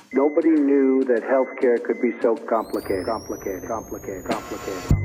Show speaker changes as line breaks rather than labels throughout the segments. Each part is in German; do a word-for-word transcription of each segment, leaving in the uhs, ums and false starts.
Nobody knew that healthcare could be so complicated, complicated, complicated, complicated.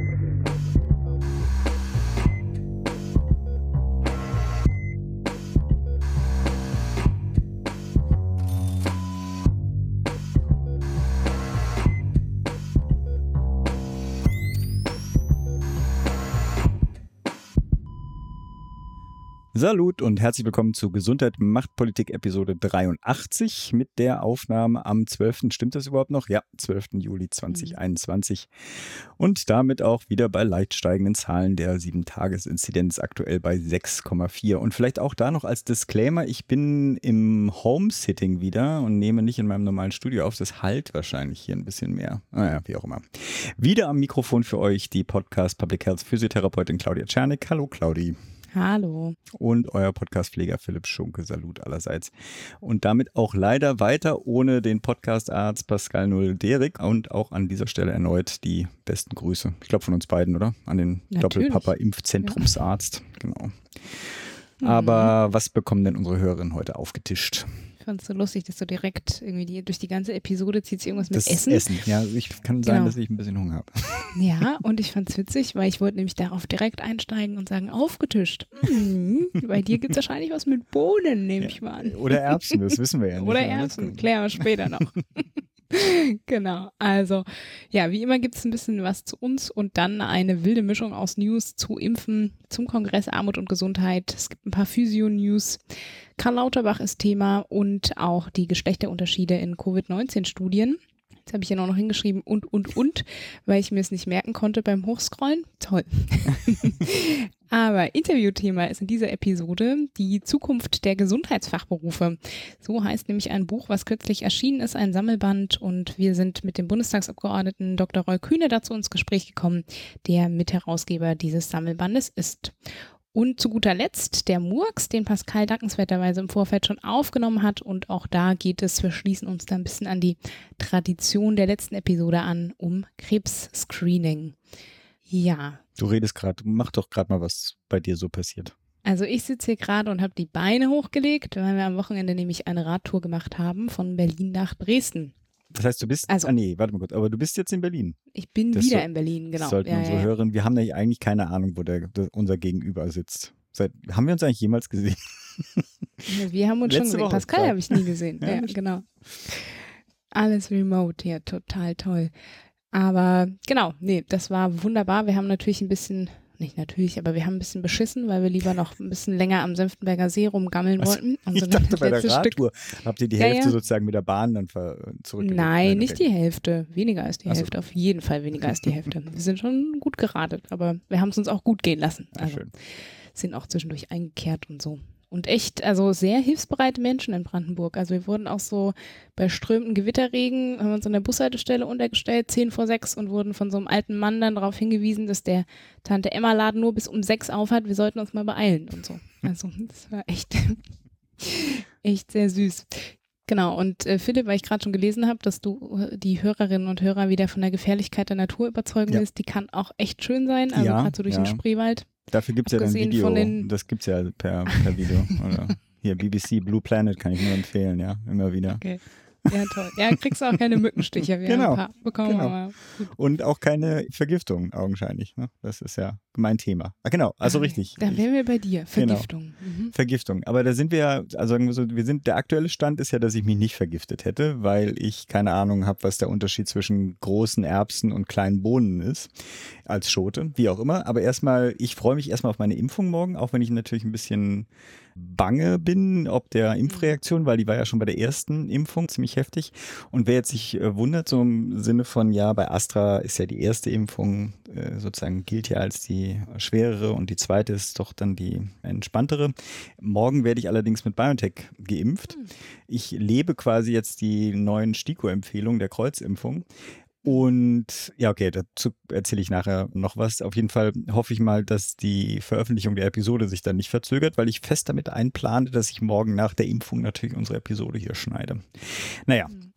Salut und herzlich willkommen zu Gesundheit macht Politik Episode dreiundachtzig mit der Aufnahme am zwölften Stimmt das überhaupt noch? Ja, zwölften Juli zweitausendeinundzwanzig. Und damit auch wieder bei leicht steigenden Zahlen der sieben Tages Inzidenz aktuell bei sechs Komma vier. Und vielleicht auch da noch als Disclaimer, ich bin im Homesitting wieder und nehme nicht in meinem normalen Studio auf. Das halt wahrscheinlich hier ein bisschen mehr. Naja, wie auch immer. Wieder am Mikrofon für euch die Podcast Public Health Physiotherapeutin Claudia Czernik. Hallo Claudi.
Hallo.
Und euer Podcastpfleger Philipp Schunke. Salut allerseits. Und damit auch leider weiter ohne den Podcastarzt Pascal Null-Derik. Und auch an dieser Stelle erneut die besten Grüße. Ich glaube von uns beiden, oder? An den Doppelpapa-Impfzentrumsarzt. Ja. Genau. Mhm. Aber was bekommen denn unsere Hörerinnen heute aufgetischt?
Ich fand es so lustig, dass du direkt irgendwie die, durch die ganze Episode zieht irgendwas mit
das
Essen.
Essen, ja. Ich kann sein,
genau.
dass ich ein bisschen Hunger habe.
Ja, und ich fand es witzig, weil ich wollte nämlich darauf direkt einsteigen und sagen, aufgetischt. Hm, bei dir gibt es wahrscheinlich was mit Bohnen, nehme ja. ich mal an.
Oder Erbsen, das wissen wir ja nicht.
Oder Erbsen, klären wir später noch. Genau, also ja, wie immer gibt es ein bisschen was zu uns und dann eine wilde Mischung aus News zu Impfen, zum Kongress Armut und Gesundheit. Es gibt ein paar Physio-News. Karl Lauterbach ist Thema und auch die Geschlechterunterschiede in Covid neunzehn Studien. Jetzt habe ich hier noch hingeschrieben und, und, und, weil ich mir es nicht merken konnte beim Hochscrollen. Toll. Aber Interviewthema ist in dieser Episode die Zukunft der Gesundheitsfachberufe. So heißt nämlich ein Buch, was kürzlich erschienen ist, ein Sammelband. Und wir sind mit dem Bundestagsabgeordneten Doktor Roy Kühne dazu ins Gespräch gekommen, der Mitherausgeber dieses Sammelbandes ist. Und zu guter Letzt der Murks, den Pascal dankenswerterweise im Vorfeld schon aufgenommen hat. Und auch da geht es, wir schließen uns da ein bisschen an die Tradition der letzten Episode an, um Krebs-Screening. Ja.
Du redest gerade, mach doch gerade mal, was bei dir so passiert.
Also ich sitze hier gerade und habe die Beine hochgelegt, weil wir am Wochenende nämlich eine Radtour gemacht haben von Berlin nach Dresden.
Das heißt, du bist,
also,
ah nee, warte mal kurz, aber du bist jetzt in Berlin.
Ich bin
das
wieder
so,
in Berlin, genau.
Das sollten
ja,
unsere
ja, ja.
Hörerinnen, wir haben ja eigentlich keine Ahnung, wo der, der unser Gegenüber sitzt. Seit, haben wir uns eigentlich jemals gesehen?
Ja, wir haben uns
Letzte
schon gesehen.
Woche,
Pascal habe ich nie gesehen.
ja,
ja, genau. Alles remote, ja, total toll. Aber genau, nee, das war wunderbar. Wir haben natürlich ein bisschen, nicht natürlich, aber wir haben ein bisschen beschissen, weil wir lieber noch ein bisschen länger am Senftenberger See rumgammeln
also,
wollten. Und
ich
so
dachte, bei der
Stück,
Radtour habt ihr die
ja,
Hälfte
ja.
sozusagen mit der Bahn dann zurückgelegt.
Nein,
Nein,
nicht
okay.
die Hälfte. Weniger als die
Ach so.
Hälfte. Auf jeden Fall weniger als die Hälfte. Wir sind schon gut geradet, aber wir haben es uns auch gut gehen lassen. Also
schön.
Sind auch zwischendurch eingekehrt und so. Und echt, also sehr hilfsbereite Menschen in Brandenburg. Also wir wurden auch so bei strömenden Gewitterregen, haben wir uns an der Bushaltestelle untergestellt, zehn vor sechs und wurden von so einem alten Mann dann darauf hingewiesen, dass der Tante-Emma-Laden nur bis um sechs auf hat. Wir sollten uns mal beeilen und so. Also das war echt, echt sehr süß. Genau, und äh, Philipp, weil ich gerade schon gelesen habe, dass du äh, die Hörerinnen und Hörer wieder von der Gefährlichkeit der Natur überzeugen
ja.
willst, die kann auch echt schön sein, also
ja,
gerade so durch
ja.
den Spreewald.
Dafür gibt es ja dann
Abgesehen
Video,
von den-
das gibt es ja per, per Video. Oder hier B B C Blue Planet kann ich nur empfehlen, ja, immer wieder.
Okay. Ja, toll. Ja, kriegst du auch keine Mückenstiche. Wir
Genau,
haben ein paar bekommen,
genau.
aber gut.
Und auch keine Vergiftung, augenscheinlich. Ne? Das ist ja mein Thema. Ah, genau, also
Ah,
richtig.
Da wären wir bei dir.
Genau.
Vergiftung. Mhm.
Vergiftung. Aber da sind wir ja, also sagen wir so, wir sind, der aktuelle Stand ist ja, dass ich mich nicht vergiftet hätte, weil ich keine Ahnung habe, was der Unterschied zwischen großen Erbsen und kleinen Bohnen ist, als Schote, wie auch immer. Aber erstmal, ich freue mich erstmal auf meine Impfung morgen, auch wenn ich natürlich ein bisschen bange bin, ob der Impfreaktion, weil die war ja schon bei der ersten Impfung ziemlich heftig. Und wer jetzt sich äh, wundert, so im Sinne von, ja, bei Astra ist ja die erste Impfung äh, sozusagen gilt ja als die schwerere und die zweite ist doch dann die entspanntere. Morgen werde ich allerdings mit BioNTech geimpft. Ich lebe quasi jetzt die neuen STIKO-Empfehlungen der Kreuzimpfung. Und ja, okay, dazu erzähle ich nachher noch was. Auf jeden Fall hoffe ich mal, dass die Veröffentlichung der Episode sich dann nicht verzögert, weil ich fest damit einplane, dass ich morgen nach der Impfung natürlich unsere Episode hier schneide. Naja,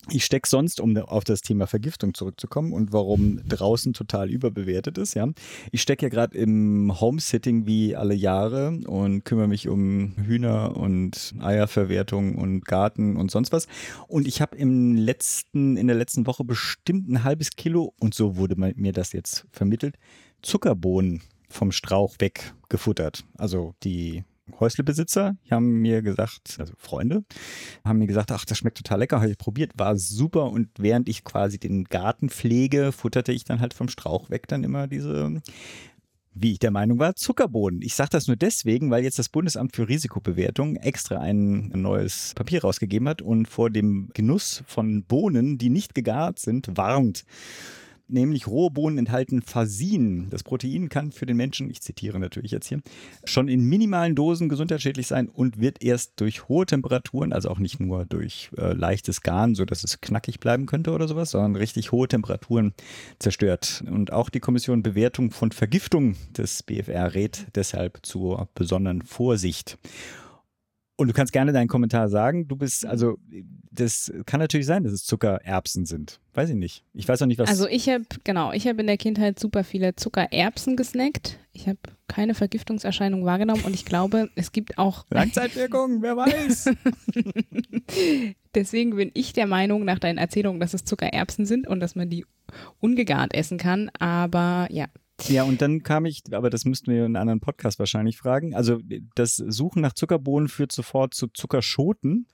Ich stecke sonst, um auf das Thema Vergiftung zurückzukommen und warum draußen total überbewertet ist, ja. Ich stecke ja gerade im Homesitting wie alle Jahre und kümmere mich um Hühner und Eierverwertung und Garten und sonst was. Und ich habe im letzten, in der letzten Woche bestimmt ein halbes Kilo, und so wurde mir das jetzt vermittelt, Zuckerbohnen vom Strauch weg gefuttert. Also die Häuslebesitzer haben mir gesagt, also Freunde, haben mir gesagt, ach, das schmeckt total lecker, habe ich probiert, war super, und während ich quasi den Garten pflege, futterte ich dann halt vom Strauch weg dann immer diese, wie ich der Meinung war, Zuckerbohnen. Ich sage das nur deswegen, weil jetzt das Bundesamt für Risikobewertung extra ein neues Papier rausgegeben hat und vor dem Genuss von Bohnen, die nicht gegart sind, warnt. Nämlich rohe Bohnen enthalten Fasin. Das Protein kann für den Menschen, ich zitiere natürlich jetzt hier, schon in minimalen Dosen gesundheitsschädlich sein und wird erst durch hohe Temperaturen, also auch nicht nur durch äh, leichtes Garen, sodass es knackig bleiben könnte oder sowas, sondern richtig hohe Temperaturen zerstört. Und auch die Kommission Bewertung von Vergiftung des B F R rät deshalb zur besonderen Vorsicht. Und du kannst gerne deinen Kommentar sagen. Du bist, also, das kann natürlich sein, dass es Zuckererbsen sind. Weiß ich nicht. Ich weiß auch nicht, was.
Also ich habe, genau, ich habe in der Kindheit super viele Zuckererbsen gesnackt. Ich habe keine Vergiftungserscheinung wahrgenommen und ich glaube, es gibt auch
Langzeitwirkung, wer weiß.
Deswegen bin ich der Meinung, nach deinen Erzählungen, dass es Zuckererbsen sind und dass man die ungegart essen kann. Aber ja.
Ja, und dann kam ich, aber das müssten wir in einem anderen Podcast wahrscheinlich fragen. Also das Suchen nach Zuckerbohnen führt sofort zu Zuckerschoten.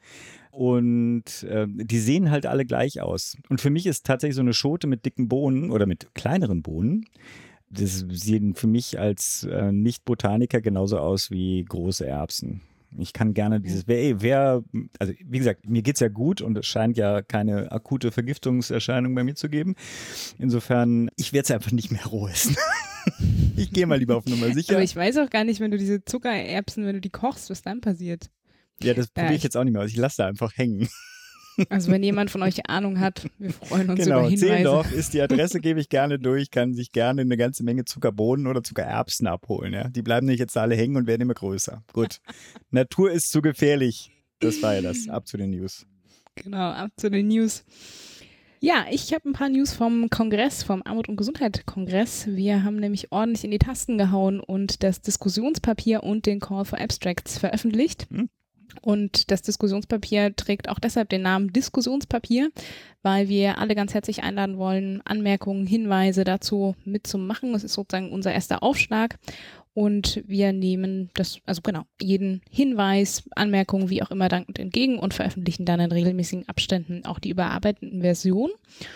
Und äh, die sehen halt alle gleich aus. Und für mich ist tatsächlich so eine Schote mit dicken Bohnen oder mit kleineren Bohnen, das sehen für mich als äh, Nicht-Botaniker genauso aus wie große Erbsen. Ich kann gerne dieses, wer, wer also wie gesagt, mir geht's ja gut und es scheint ja keine akute Vergiftungserscheinung bei mir zu geben. Insofern, ich werde es einfach nicht mehr roh essen. Ich gehe mal lieber auf Nummer sicher.
Aber ich weiß auch gar nicht, wenn du diese Zuckererbsen, wenn du die kochst, was dann passiert.
Ja, das probiere
Ja,
ich jetzt auch nicht mehr aus. Ich lasse da einfach hängen.
Also wenn jemand von euch Ahnung hat, wir freuen uns
genau,
über Hinweise.
Zehlendorf ist die Adresse, gebe ich gerne durch, kann sich gerne eine ganze Menge Zuckerbohnen oder Zuckererbsen abholen. Ja? Die bleiben nicht jetzt alle hängen und werden immer größer. Gut, Natur ist zu gefährlich. Das war ja das. Ab zu den News.
Genau, ab zu den News. Ja, ich habe ein paar News vom Kongress, vom Armut- und Gesundheit-Kongress. Wir haben nämlich ordentlich in die Tasten gehauen und das Diskussionspapier und den Call for Abstracts veröffentlicht. Hm. Und das Diskussionspapier trägt auch deshalb den Namen Diskussionspapier, weil wir alle ganz herzlich einladen wollen, Anmerkungen, Hinweise dazu mitzumachen. Das ist sozusagen unser erster Aufschlag. Und wir nehmen das, also genau, jeden Hinweis, Anmerkungen, wie auch immer, dankend entgegen und veröffentlichen dann in regelmäßigen Abständen auch die überarbeiteten Versionen.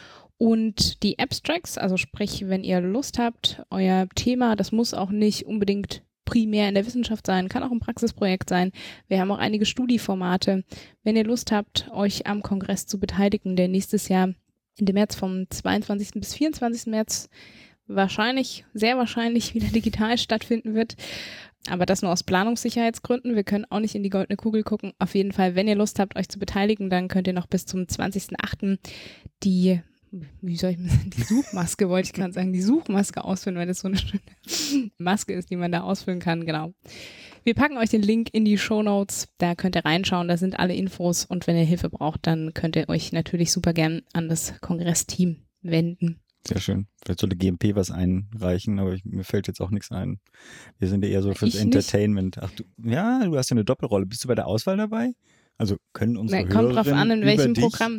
Und die Abstracts, also sprich, wenn ihr Lust habt, euer Thema, das muss auch nicht unbedingt primär in der Wissenschaft sein, kann auch ein Praxisprojekt sein. Wir haben auch einige Studieformate. Wenn ihr Lust habt, euch am Kongress zu beteiligen, der nächstes Jahr Ende März vom zweiundzwanzigsten bis vierundzwanzigsten März wahrscheinlich, sehr wahrscheinlich wieder digital stattfinden wird. Aber das nur aus Planungssicherheitsgründen. Wir können auch nicht in die goldene Kugel gucken. Auf jeden Fall, wenn ihr Lust habt, euch zu beteiligen, dann könnt ihr noch bis zum zwanzigsten achten die wie soll ich die Suchmaske, wollte ich gerade sagen, die Suchmaske ausfüllen, weil das so eine schöne Maske ist, die man da ausfüllen kann, genau. Wir packen euch den Link in die Shownotes, da könnt ihr reinschauen, da sind alle Infos und wenn ihr Hilfe braucht, dann könnt ihr euch natürlich super gern an das Kongressteam wenden.
Sehr schön. Vielleicht sollte G M P was einreichen, aber ich, mir fällt jetzt auch nichts ein. Wir sind ja eher so fürs
ich
Entertainment. Ach, du, ja, du hast ja eine Doppelrolle. Bist du bei der Auswahl dabei? Also können unsere
Na, kommt drauf an, in welchem
dich
Programm.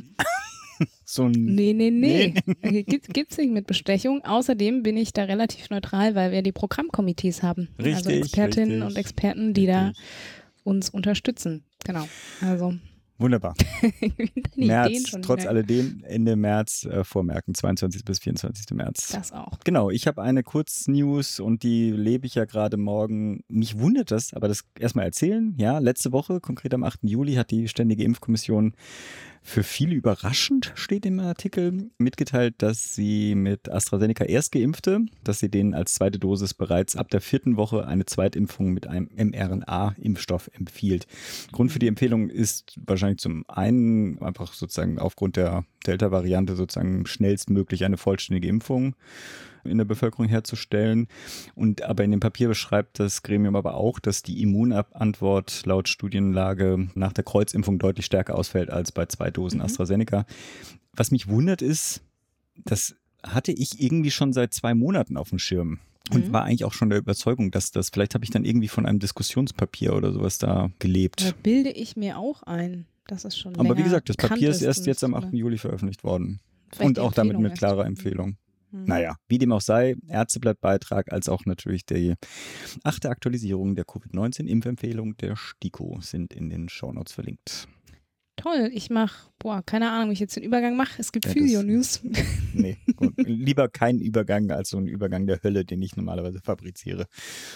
so ein
Nee, nee, nee.
nee.
Gibt, gibt's nicht mit Bestechung. Außerdem bin ich da relativ neutral, weil wir die Programmkomitees haben.
Richtig,
also Expertinnen
richtig,
und Experten, die
richtig.
da uns unterstützen. Genau. Also
wunderbar.
Deine
März,
Ideen schon
trotz
wieder.
alledem, Ende März äh, vormerken, zweiundzwanzigsten bis vierundzwanzigsten März.
Das auch.
Genau, ich habe eine Kurznews und die lebe ich ja gerade morgen. Mich wundert das, aber das erstmal erzählen. Ja, letzte Woche, konkret am achten Juli, hat die Ständige Impfkommission für viele überraschend, steht im Artikel, mitgeteilt, dass sie mit AstraZeneca Erstgeimpfte, dass sie denen als zweite Dosis bereits ab der vierten Woche eine Zweitimpfung mit einem mRNA-Impfstoff empfiehlt. Grund für die Empfehlung ist wahrscheinlich zum einen einfach sozusagen aufgrund der Delta-Variante sozusagen schnellstmöglich eine vollständige Impfung in der Bevölkerung herzustellen. Und aber in dem Papier beschreibt das Gremium aber auch, dass die Immunantwort laut Studienlage nach der Kreuzimpfung deutlich stärker ausfällt als bei zwei Dosen mhm. AstraZeneca. Was mich wundert ist, das hatte ich irgendwie schon seit zwei Monaten auf dem Schirm. Und mhm. war eigentlich auch schon der Überzeugung, dass das, vielleicht habe ich dann irgendwie von einem Diskussionspapier oder sowas da gelebt.
Da bilde ich mir auch ein, dass es schon
Aber wie gesagt, das Papier ist erst
ist
jetzt am achten Juli veröffentlicht worden.
Vielleicht
und auch damit mit klarer
ist.
Empfehlung.
Mhm.
Naja, wie dem auch sei, Ärzteblattbeitrag als auch natürlich die achte Aktualisierung der Covid neunzehn Impfempfehlung der STIKO sind in den Shownotes verlinkt.
Toll, ich mache, boah, keine Ahnung, wie ich jetzt den Übergang mache. Es gibt
Ja,
Physio-News.
Nee, gut. Lieber keinen Übergang als so einen Übergang der Hölle, den ich normalerweise fabriziere.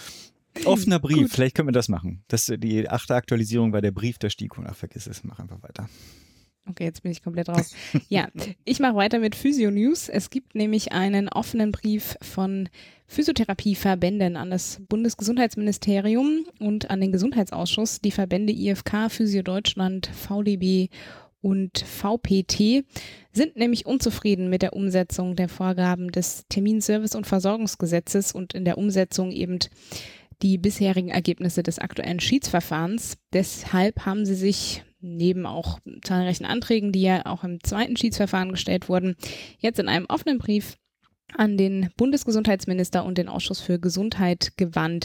Offener Brief,
Gut.
Vielleicht können wir das machen. Das, die achte Aktualisierung war der Brief der STIKO. Ach, vergiss es, mach einfach weiter.
Okay, jetzt bin ich komplett raus. Ja, ich mache weiter mit Physio-News. Es gibt nämlich einen offenen Brief von Physiotherapieverbänden an das Bundesgesundheitsministerium und an den Gesundheitsausschuss. Die Verbände I F K, Physio Deutschland, V D B und V P T sind nämlich unzufrieden mit der Umsetzung der Vorgaben des Terminservice- und Versorgungsgesetzes und in der Umsetzung eben die bisherigen Ergebnisse des aktuellen Schiedsverfahrens. Deshalb haben sie sich neben auch zahlreichen Anträgen, die ja auch im zweiten Schiedsverfahren gestellt wurden, jetzt in einem offenen Brief an den Bundesgesundheitsminister und den Ausschuss für Gesundheit gewandt.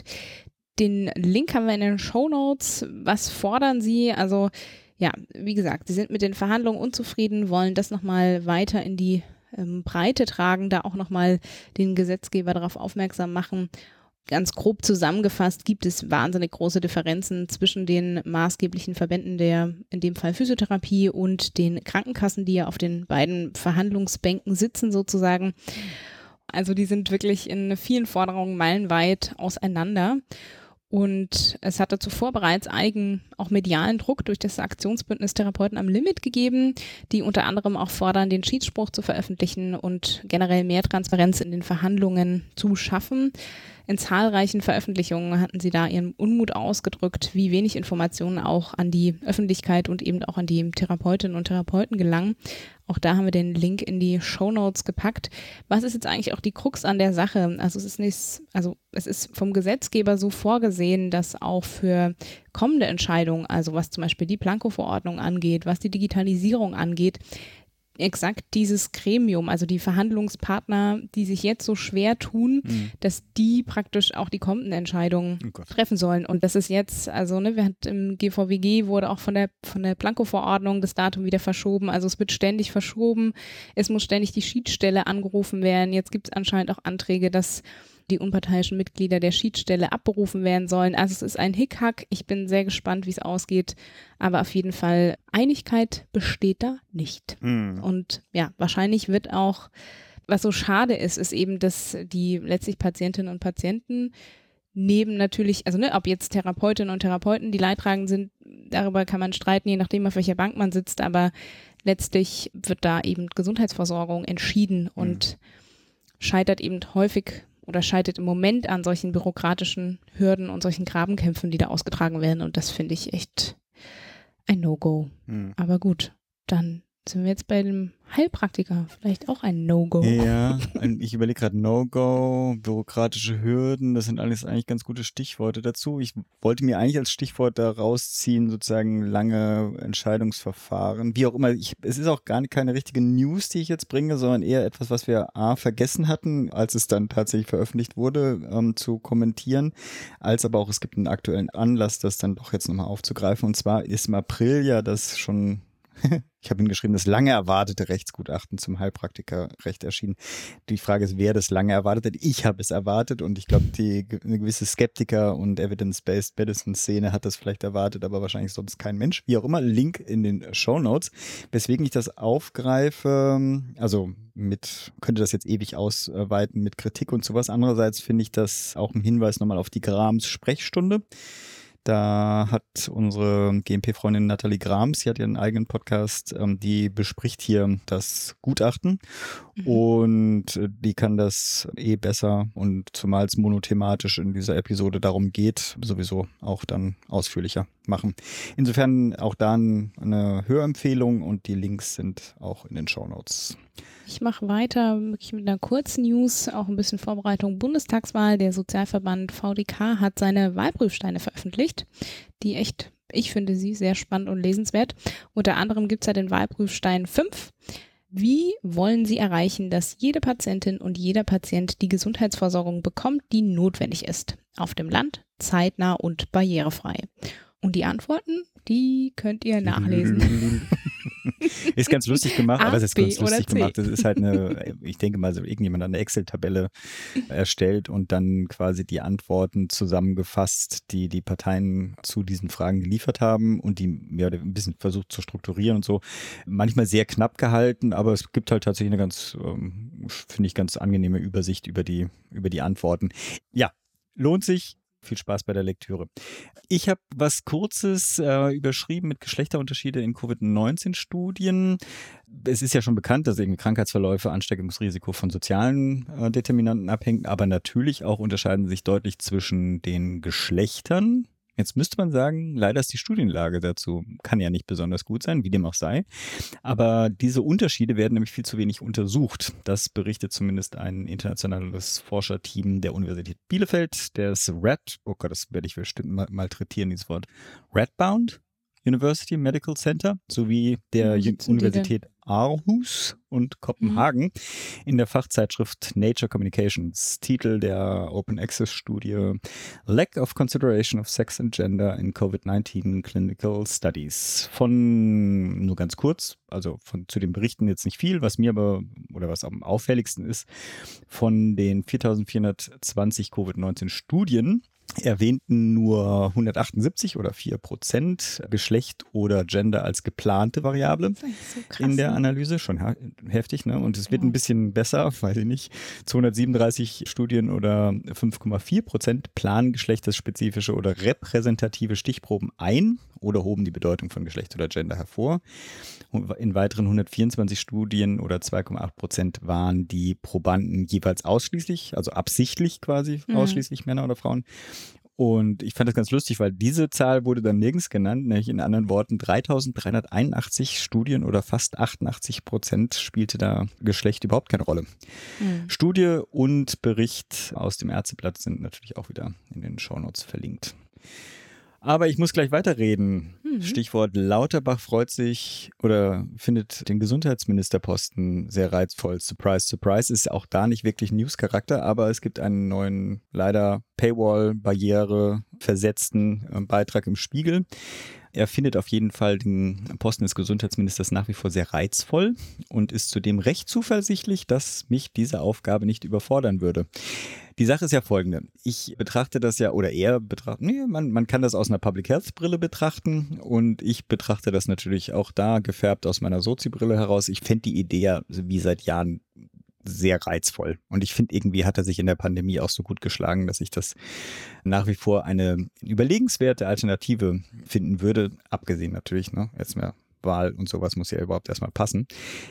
Den Link haben wir in den Shownotes. Was fordern sie? Also ja, wie gesagt, sie sind mit den Verhandlungen unzufrieden, wollen das nochmal weiter in die ähm, Breite tragen, da auch nochmal den Gesetzgeber darauf aufmerksam machen. Ganz grob zusammengefasst gibt es wahnsinnig große Differenzen zwischen den maßgeblichen Verbänden der, in dem Fall Physiotherapie und den Krankenkassen, die ja auf den beiden Verhandlungsbänken sitzen sozusagen. Also die sind wirklich in vielen Forderungen meilenweit auseinander. Und es hatte zuvor bereits einigen auch medialen Druck durch das Aktionsbündnis Therapeuten am Limit gegeben, die unter anderem auch fordern, den Schiedsspruch zu veröffentlichen und generell mehr Transparenz in den Verhandlungen zu schaffen. In zahlreichen Veröffentlichungen hatten sie da ihren Unmut ausgedrückt, wie wenig Informationen auch an die Öffentlichkeit und eben auch an die Therapeutinnen und Therapeuten gelangen. Auch da haben wir den Link in die Shownotes gepackt. Was ist jetzt eigentlich auch die Krux an der Sache? Also es ist nicht, also es ist vom Gesetzgeber so vorgesehen, dass auch für kommende Entscheidungen, also was zum Beispiel die Blanko-Verordnung angeht, was die Digitalisierung angeht, exakt dieses Gremium, also die Verhandlungspartner, die sich jetzt so schwer tun, mhm. dass die praktisch auch die kommenden Entscheidungen oh treffen sollen. Und das ist jetzt, also ne, wir hatten im G V W G wurde auch von der von der Blanko-Verordnung das Datum wieder verschoben. Also es wird ständig verschoben. Es muss ständig die Schiedsstelle angerufen werden. Jetzt gibt es anscheinend auch Anträge, dass die unparteiischen Mitglieder der Schiedsstelle abberufen werden sollen. Also es ist ein Hickhack. Ich bin sehr gespannt, wie es ausgeht. Aber auf jeden Fall, Einigkeit besteht da nicht. Hm. Und ja, wahrscheinlich wird auch, was so schade ist, ist eben, dass die letztlich Patientinnen und Patienten neben natürlich, also ne, ob jetzt Therapeutinnen und Therapeuten die Leidtragenden sind, darüber kann man streiten, je nachdem, auf welcher Bank man sitzt. Aber letztlich wird da eben Gesundheitsversorgung entschieden und hm. scheitert eben häufig oder scheitert im Moment an solchen bürokratischen Hürden und solchen Grabenkämpfen, die da ausgetragen werden. Und das finde ich echt ein No-Go. Hm. Aber gut, dann sind wir jetzt bei dem Heilpraktiker. Vielleicht auch ein No-Go.
Ja, ich überlege gerade No-Go, bürokratische Hürden, das sind alles eigentlich ganz gute Stichworte dazu. Ich wollte mir eigentlich als Stichwort da rausziehen, sozusagen lange Entscheidungsverfahren. Wie auch immer, ich, es ist auch gar keine richtige News, die ich jetzt bringe, sondern eher etwas, was wir A, vergessen hatten, als es dann tatsächlich veröffentlicht wurde, ähm, zu kommentieren, als aber auch, es gibt einen aktuellen Anlass, das dann doch jetzt nochmal aufzugreifen. Und zwar ist im April ja das schon... Ich habe Ihnen geschrieben, das lange erwartete Rechtsgutachten zum Heilpraktikerrecht erschienen. Die Frage ist, wer das lange erwartet hat. Ich habe es erwartet und ich glaube, die eine gewisse Skeptiker- und Evidence-Based Medicine-Szene hat das vielleicht erwartet, aber wahrscheinlich sonst kein Mensch. Wie auch immer, Link in den Shownotes. Weswegen ich das aufgreife, also mit, könnte das jetzt ewig ausweiten mit Kritik und sowas. Andererseits finde ich das auch ein Hinweis nochmal auf die Grams Sprechstunde. Da hat unsere G M P-Freundin Nathalie Grams, die hat ihren eigenen Podcast, ähm, die bespricht hier das Gutachten mhm. und äh, die kann das eh besser und zumal es monothematisch in dieser Episode darum geht, sowieso auch dann ausführlicher machen. Insofern auch da eine Hörempfehlung und die Links sind auch in den Shownotes.
Ich mache weiter wirklich mit einer kurzen News, auch ein bisschen Vorbereitung. Bundestagswahl, der Sozialverband V D K hat seine Wahlprüfsteine veröffentlicht, die echt, ich finde sie sehr spannend und lesenswert. Unter anderem gibt es ja den Wahlprüfstein fünf. Wie wollen Sie erreichen, dass jede Patientin und jeder Patient die Gesundheitsversorgung bekommt, die notwendig ist? Auf dem Land, zeitnah und barrierefrei. Und die Antworten, die könnt ihr nachlesen.
Ist ganz lustig gemacht,
A,
aber es ist
B
ganz lustig
oder C.
gemacht. Das ist halt eine, ich denke mal, so irgendjemand hat eine Excel-Tabelle erstellt und dann quasi die Antworten zusammengefasst, die die Parteien zu diesen Fragen geliefert haben und die ja, ein bisschen versucht zu strukturieren und so. Manchmal sehr knapp gehalten, aber es gibt halt tatsächlich eine ganz, ähm, finde ich, ganz angenehme Übersicht über die, über die Antworten. Ja, lohnt sich. Viel Spaß bei der Lektüre. Ich habe was Kurzes äh, überschrieben mit Geschlechterunterschiede in Covid neunzehn Studien. Es ist ja schon bekannt, dass irgendwie Krankheitsverläufe, Ansteckungsrisiko von sozialen äh, Determinanten abhängen, aber natürlich auch unterscheiden sich deutlich zwischen den Geschlechtern. Jetzt müsste man sagen, leider ist die Studienlage dazu, kann ja nicht besonders gut sein, wie dem auch sei. Aber diese Unterschiede werden nämlich viel zu wenig untersucht. Das berichtet zumindest ein internationales Forscherteam der Universität Bielefeld, des R E D, oh Gott, das werde ich bestimmt mal malträtieren, dieses Wort, Radboud University Medical Center, sowie der Universität Aarhus und Kopenhagen mhm. in der Fachzeitschrift Nature Communications. Titel der Open Access Studie Lack of Consideration of Sex and Gender in Covid neunzehn Clinical Studies. Von, nur ganz kurz, also von zu den Berichten jetzt nicht viel, was mir aber, oder was am auffälligsten ist, von den viertausendvierhundertzwanzig Covid neunzehn Studien erwähnten nur hundertachtundsiebzig oder vier Prozent Geschlecht oder Gender als geplante Variable so krass, in der Analyse. Schon heftig, ne? Und es wird ja. ein bisschen besser, weiß ich nicht. zweihundertsiebenunddreißig Studien oder fünf Komma vier Prozent planen geschlechterspezifische oder repräsentative Stichproben ein oder hoben die Bedeutung von Geschlecht oder Gender hervor. In weiteren hundertvierundzwanzig Studien oder zwei Komma acht Prozent waren die Probanden jeweils ausschließlich, also absichtlich quasi mhm. ausschließlich Männer oder Frauen. Und ich fand das ganz lustig, weil diese Zahl wurde dann nirgends genannt, nämlich in anderen Worten dreitausenddreihunderteinundachtzig Studien oder fast achtundachtzig Prozent spielte da Geschlecht überhaupt keine Rolle. Mhm. Studie und Bericht aus dem Ärzteblatt sind natürlich auch wieder in den Shownotes verlinkt. Aber ich muss gleich weiterreden. Mhm. Stichwort Lauterbach freut sich oder findet den Gesundheitsministerposten sehr reizvoll. Surprise, surprise, ist auch da nicht wirklich News-Charakter, aber es gibt einen neuen, leider Paywall-Barriere versetzten äh, Beitrag im Spiegel. Er findet auf jeden Fall den Posten des Gesundheitsministers nach wie vor sehr reizvoll und ist zudem recht zuversichtlich, dass mich diese Aufgabe nicht überfordern würde. Die Sache ist ja folgende. Ich betrachte das ja, oder er betrachtet, nee, man, man kann das aus einer Public Health Brille betrachten und ich betrachte das natürlich auch da gefärbt aus meiner Sozi-Brille heraus. Ich fände die Idee ja wie seit Jahren sehr reizvoll. Und ich finde, irgendwie hat er sich in der Pandemie auch so gut geschlagen, dass ich das nach wie vor eine überlegenswerte Alternative finden würde. Abgesehen natürlich, ne, jetzt mehr Wahl und sowas muss ja überhaupt erstmal passen.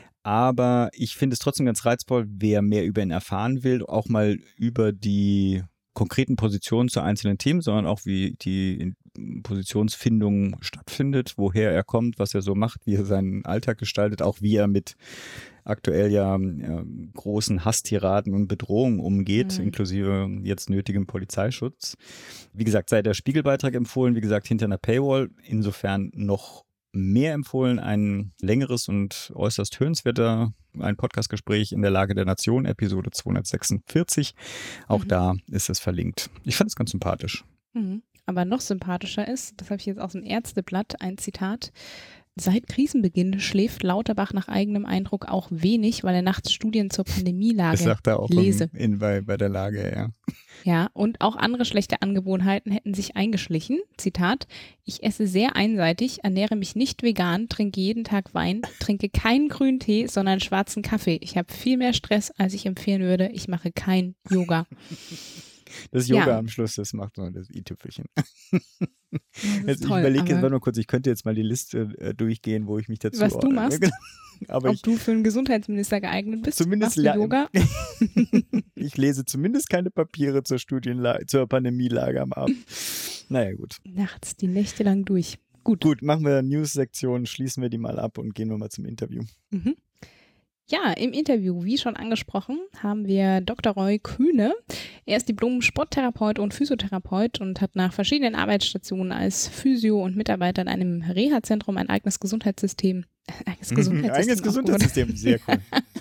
Aber ich finde es trotzdem ganz reizvoll, wer mehr über ihn erfahren will, auch mal über die konkreten Positionen zu einzelnen Themen, sondern auch wie die Positionsfindung stattfindet, woher er kommt, was er so macht, wie er seinen Alltag gestaltet, auch wie er mit aktuell ja, ja großen Hasstiraden und Bedrohungen umgeht, mhm. inklusive jetzt nötigem Polizeischutz. Wie gesagt, sei der Spiegelbeitrag empfohlen, wie gesagt, hinter einer Paywall, insofern noch mehr empfohlen, ein längeres und äußerst hörenswerter, ein Podcastgespräch in der Lage der Nation, Episode zweihundertsechsundvierzig. Auch mhm. da ist es verlinkt. Ich fand es ganz sympathisch.
Mhm. Aber noch sympathischer ist, das habe ich jetzt aus dem Ärzteblatt, ein Zitat: Seit Krisenbeginn schläft Lauterbach nach eigenem Eindruck auch wenig, weil er nachts Studien zur Pandemielage lese. Das sagt er auch lese.
In, in, bei, bei der Lage, ja.
Ja, und auch andere schlechte Angewohnheiten hätten sich eingeschlichen. Zitat: Ich esse sehr einseitig, ernähre mich nicht vegan, trinke jeden Tag Wein, trinke keinen grünen Tee, sondern schwarzen Kaffee. Ich habe viel mehr Stress, als ich empfehlen würde. Ich mache kein Yoga.
Das Yoga
Ja.
am Schluss, das macht so das i-Tüpfelchen.
Das
Jetzt,
ist
ich
toll,
überlege jetzt,
aber
warte mal kurz, ich könnte jetzt mal die Liste äh, durchgehen, wo ich mich dazu
was du
ordne.
machst,
Aber
ob
ich
du für einen Gesundheitsminister geeignet bist,
zumindest
machst du
la-
Yoga?
ich lese zumindest keine Papiere zur Studienlage, zur Pandemielage am Abend. Naja, gut.
Nachts die Nächte lang durch. Gut.
Gut, machen wir News-Sektion, schließen wir die mal ab und gehen wir mal zum Interview.
Mhm. Ja, im Interview, wie schon angesprochen, haben wir Doktor Roy Kühne. Er ist Diplom-Sporttherapeut und Physiotherapeut und hat nach verschiedenen Arbeitsstationen als Physio und Mitarbeiter in einem Reha-Zentrum ein eigenes Gesundheitssystem, eigenes Gesundheitssystem,
Eigenes Gesundheitssystem, sehr cool.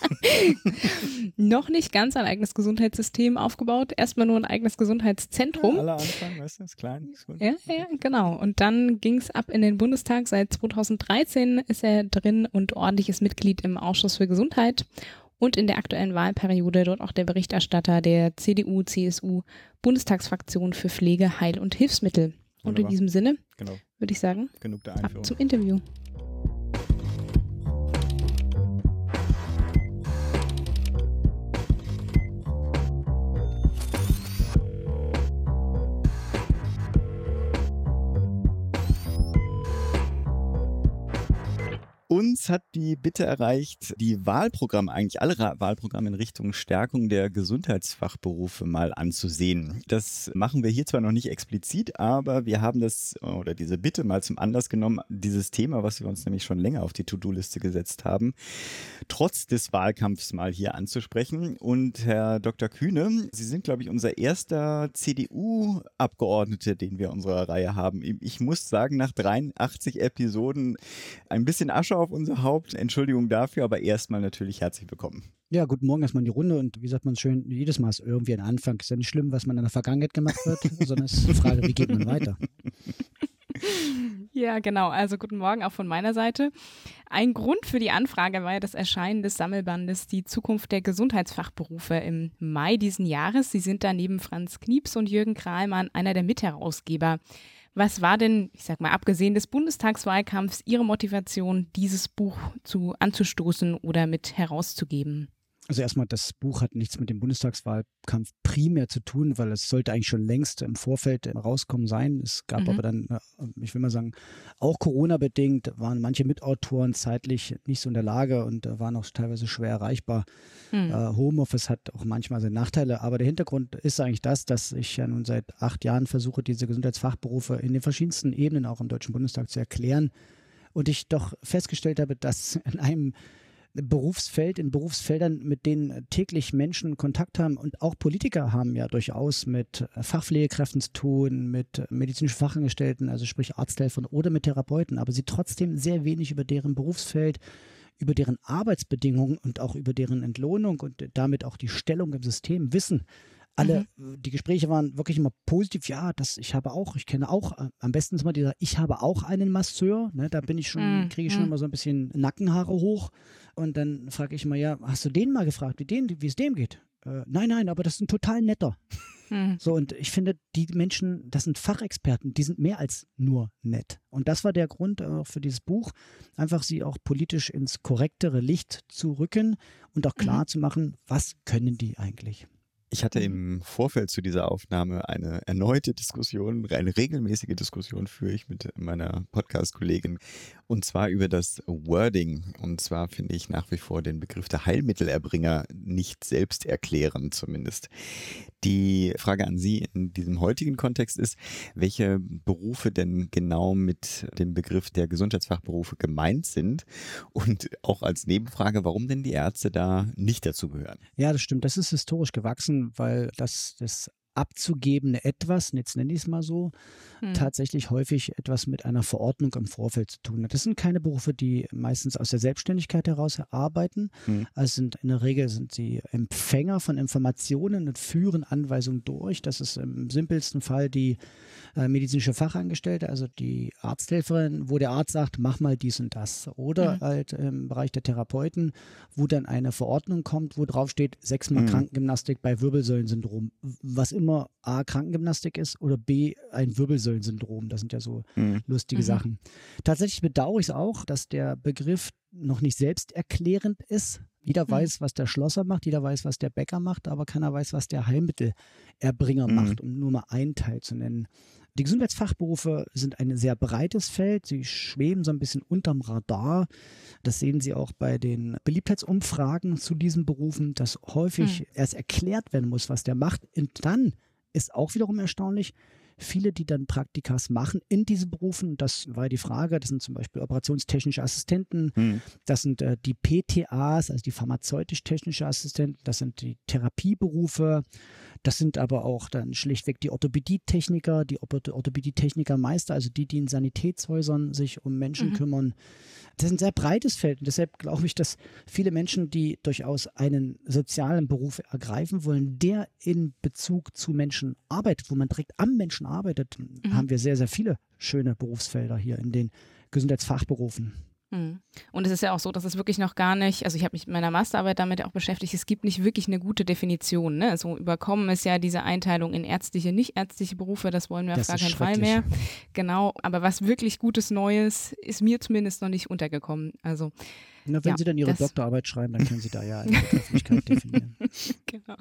noch nicht ganz ein eigenes Gesundheitssystem aufgebaut, erstmal nur ein eigenes Gesundheitszentrum.
Ja, aller Anfang, weißt du, ist klein, ist gut.
Ja, ja, genau. Und dann ging es ab in den Bundestag. Seit zweitausenddreizehn ist er drin und ordentliches Mitglied im Ausschuss für Gesundheit. Und in der aktuellen Wahlperiode dort auch der Berichterstatter der C D U C S U Bundestagsfraktion für Pflege, Heil- und Hilfsmittel. Und
Wunderbar.
in diesem Sinne
Genau,
würde ich sagen,
genug der
ab
Einführung.
zum Interview.
Uns hat die Bitte erreicht, die Wahlprogramme, eigentlich alle Ra- Wahlprogramme in Richtung Stärkung der Gesundheitsfachberufe mal anzusehen. Das machen wir hier zwar noch nicht explizit, aber wir haben das oder diese Bitte mal zum Anlass genommen, dieses Thema, was wir uns nämlich schon länger auf die To-Do-Liste gesetzt haben, trotz des Wahlkampfs mal hier anzusprechen. Und Herr Doktor Kühne, Sie sind, glaube ich, unser erster C D U-Abgeordneter, den wir in unserer Reihe haben. Ich muss sagen, nach dreiundachtzig Episoden ein bisschen Asche auf unser Haupt. Entschuldigung dafür, aber erstmal natürlich herzlich willkommen.
Ja, guten Morgen erstmal in die Runde und wie sagt man schön, jedes Mal ist irgendwie ein Anfang. Ist ja nicht schlimm, was man in der Vergangenheit gemacht wird, sondern es ist die Frage, wie geht man weiter?
Ja, genau. Also guten Morgen auch von meiner Seite. Ein Grund für die Anfrage war ja das Erscheinen des Sammelbandes Die Zukunft der Gesundheitsfachberufe im Mai diesen Jahres. Sie sind da neben Franz Knieps und Jürgen Krahlmann einer der Mitherausgeber. Was war denn, ich sag mal, abgesehen des Bundestagswahlkampfs, Ihre Motivation, dieses Buch zu anzustoßen oder mit herauszugeben?
Also erstmal, das Buch hat nichts mit dem Bundestagswahlkampf primär zu tun, weil es sollte eigentlich schon längst im Vorfeld rauskommen sein. Es gab
Mhm.
aber dann, ich will mal sagen, auch Corona-bedingt waren manche Mitautoren zeitlich nicht so in der Lage und waren auch teilweise schwer erreichbar.
Mhm.
Äh, Homeoffice hat auch manchmal seine Nachteile, aber der Hintergrund ist eigentlich das, dass ich ja nun seit acht Jahren versuche, diese Gesundheitsfachberufe in den verschiedensten Ebenen auch im Deutschen Bundestag zu erklären und ich doch festgestellt habe, dass in einem Berufsfeld, in Berufsfeldern, mit denen täglich Menschen Kontakt haben und auch Politiker haben ja durchaus mit Fachpflegekräften zu tun, mit medizinischen Fachangestellten, also sprich Arzthelfern oder mit Therapeuten, aber sie trotzdem sehr wenig über deren Berufsfeld, über deren Arbeitsbedingungen und auch über deren Entlohnung und damit auch die Stellung im System wissen. Alle, mhm. die Gespräche waren wirklich immer positiv. Ja, das, ich habe auch, ich kenne auch, am besten ist immer dieser, ich habe auch einen Masseur. Ne, da bin ich schon,
mhm.
kriege ich schon immer so ein bisschen Nackenhaare hoch. Und dann frage ich immer, ja, hast du den mal gefragt, wie den, wie es dem geht? Äh, nein, nein, aber das ist ein total netter. Mhm. So, und ich finde, die Menschen, das sind Fachexperten, die sind mehr als nur nett. Und das war der Grund auch für dieses Buch, einfach sie auch politisch ins korrektere Licht zu rücken und auch klar mhm. zu machen, was können die eigentlich?
Ich hatte im Vorfeld zu dieser Aufnahme eine erneute Diskussion, eine regelmäßige Diskussion führe ich mit meiner Podcast-Kollegin und zwar über das Wording. Und zwar finde ich nach wie vor den Begriff der Heilmittelerbringer nicht selbsterklärend zumindest. Die Frage an Sie in diesem heutigen Kontext ist, welche Berufe denn genau mit dem Begriff der Gesundheitsfachberufe gemeint sind und auch als Nebenfrage, warum denn die Ärzte da nicht dazu gehören?
Ja, das stimmt. Das ist historisch gewachsen, weil das, das abzugebende Etwas, jetzt nenne ich es mal so, hm. tatsächlich häufig etwas mit einer Verordnung im Vorfeld zu tun hat. Das sind keine Berufe, die meistens aus der Selbstständigkeit heraus arbeiten. Hm. Also sind, in der Regel sind sie Empfänger von Informationen und führen Anweisungen durch. Das ist im simpelsten Fall die äh, medizinische Fachangestellte, also die Arzthelferin, wo der Arzt sagt, mach mal dies und das. Oder hm. halt im Bereich der Therapeuten, wo dann eine Verordnung kommt, wo drauf steht, sechsmal hm. Krankengymnastik bei Wirbelsäulensyndrom. Was immer immer A, Krankengymnastik ist oder B, ein Wirbelsäulensyndrom. Das sind ja so mhm. lustige mhm. Sachen. Tatsächlich bedauere ich es auch, dass der Begriff noch nicht selbsterklärend ist. Jeder weiß, was der Schlosser macht, jeder weiß, was der Bäcker macht, aber keiner weiß, was der Heilmittelerbringer mhm. macht, um nur mal einen Teil zu nennen. Die Gesundheitsfachberufe sind ein sehr breites Feld. Sie schweben so ein bisschen unterm Radar. Das sehen Sie auch bei den Beliebtheitsumfragen zu diesen Berufen, dass häufig hm. erst erklärt werden muss, was der macht. Und dann ist auch wiederum erstaunlich, viele, die dann Praktikas machen in diesen Berufen, das war die Frage, das sind zum Beispiel operationstechnische Assistenten, hm. das sind äh, die P T As, also die pharmazeutisch-technische Assistenten, das sind die Therapieberufe, das sind aber auch dann schlichtweg die Orthopädietechniker, die Orthopädietechnikermeister, also die, die in Sanitätshäusern sich um Menschen mhm. kümmern. Das ist ein sehr breites Feld und deshalb glaube ich, dass viele Menschen, die durchaus einen sozialen Beruf ergreifen wollen, der in Bezug zu Menschen arbeitet, wo man direkt am Menschen arbeitet, mhm. haben wir sehr, sehr viele schöne Berufsfelder hier in den Gesundheitsfachberufen.
Und es ist ja auch so, dass es wirklich noch gar nicht, also ich habe mich in meiner Masterarbeit damit auch beschäftigt, es gibt nicht wirklich eine gute Definition. Ne? Also überkommen ist ja diese Einteilung in ärztliche, nicht ärztliche Berufe, das wollen wir
das
auf gar keinen Fall mehr. Genau, aber was wirklich Gutes Neues ist mir zumindest noch nicht untergekommen. Also
Na, wenn
ja,
Sie dann Ihre Doktorarbeit schreiben, dann können Sie da ja eine Begrifflichkeit definieren.
Genau.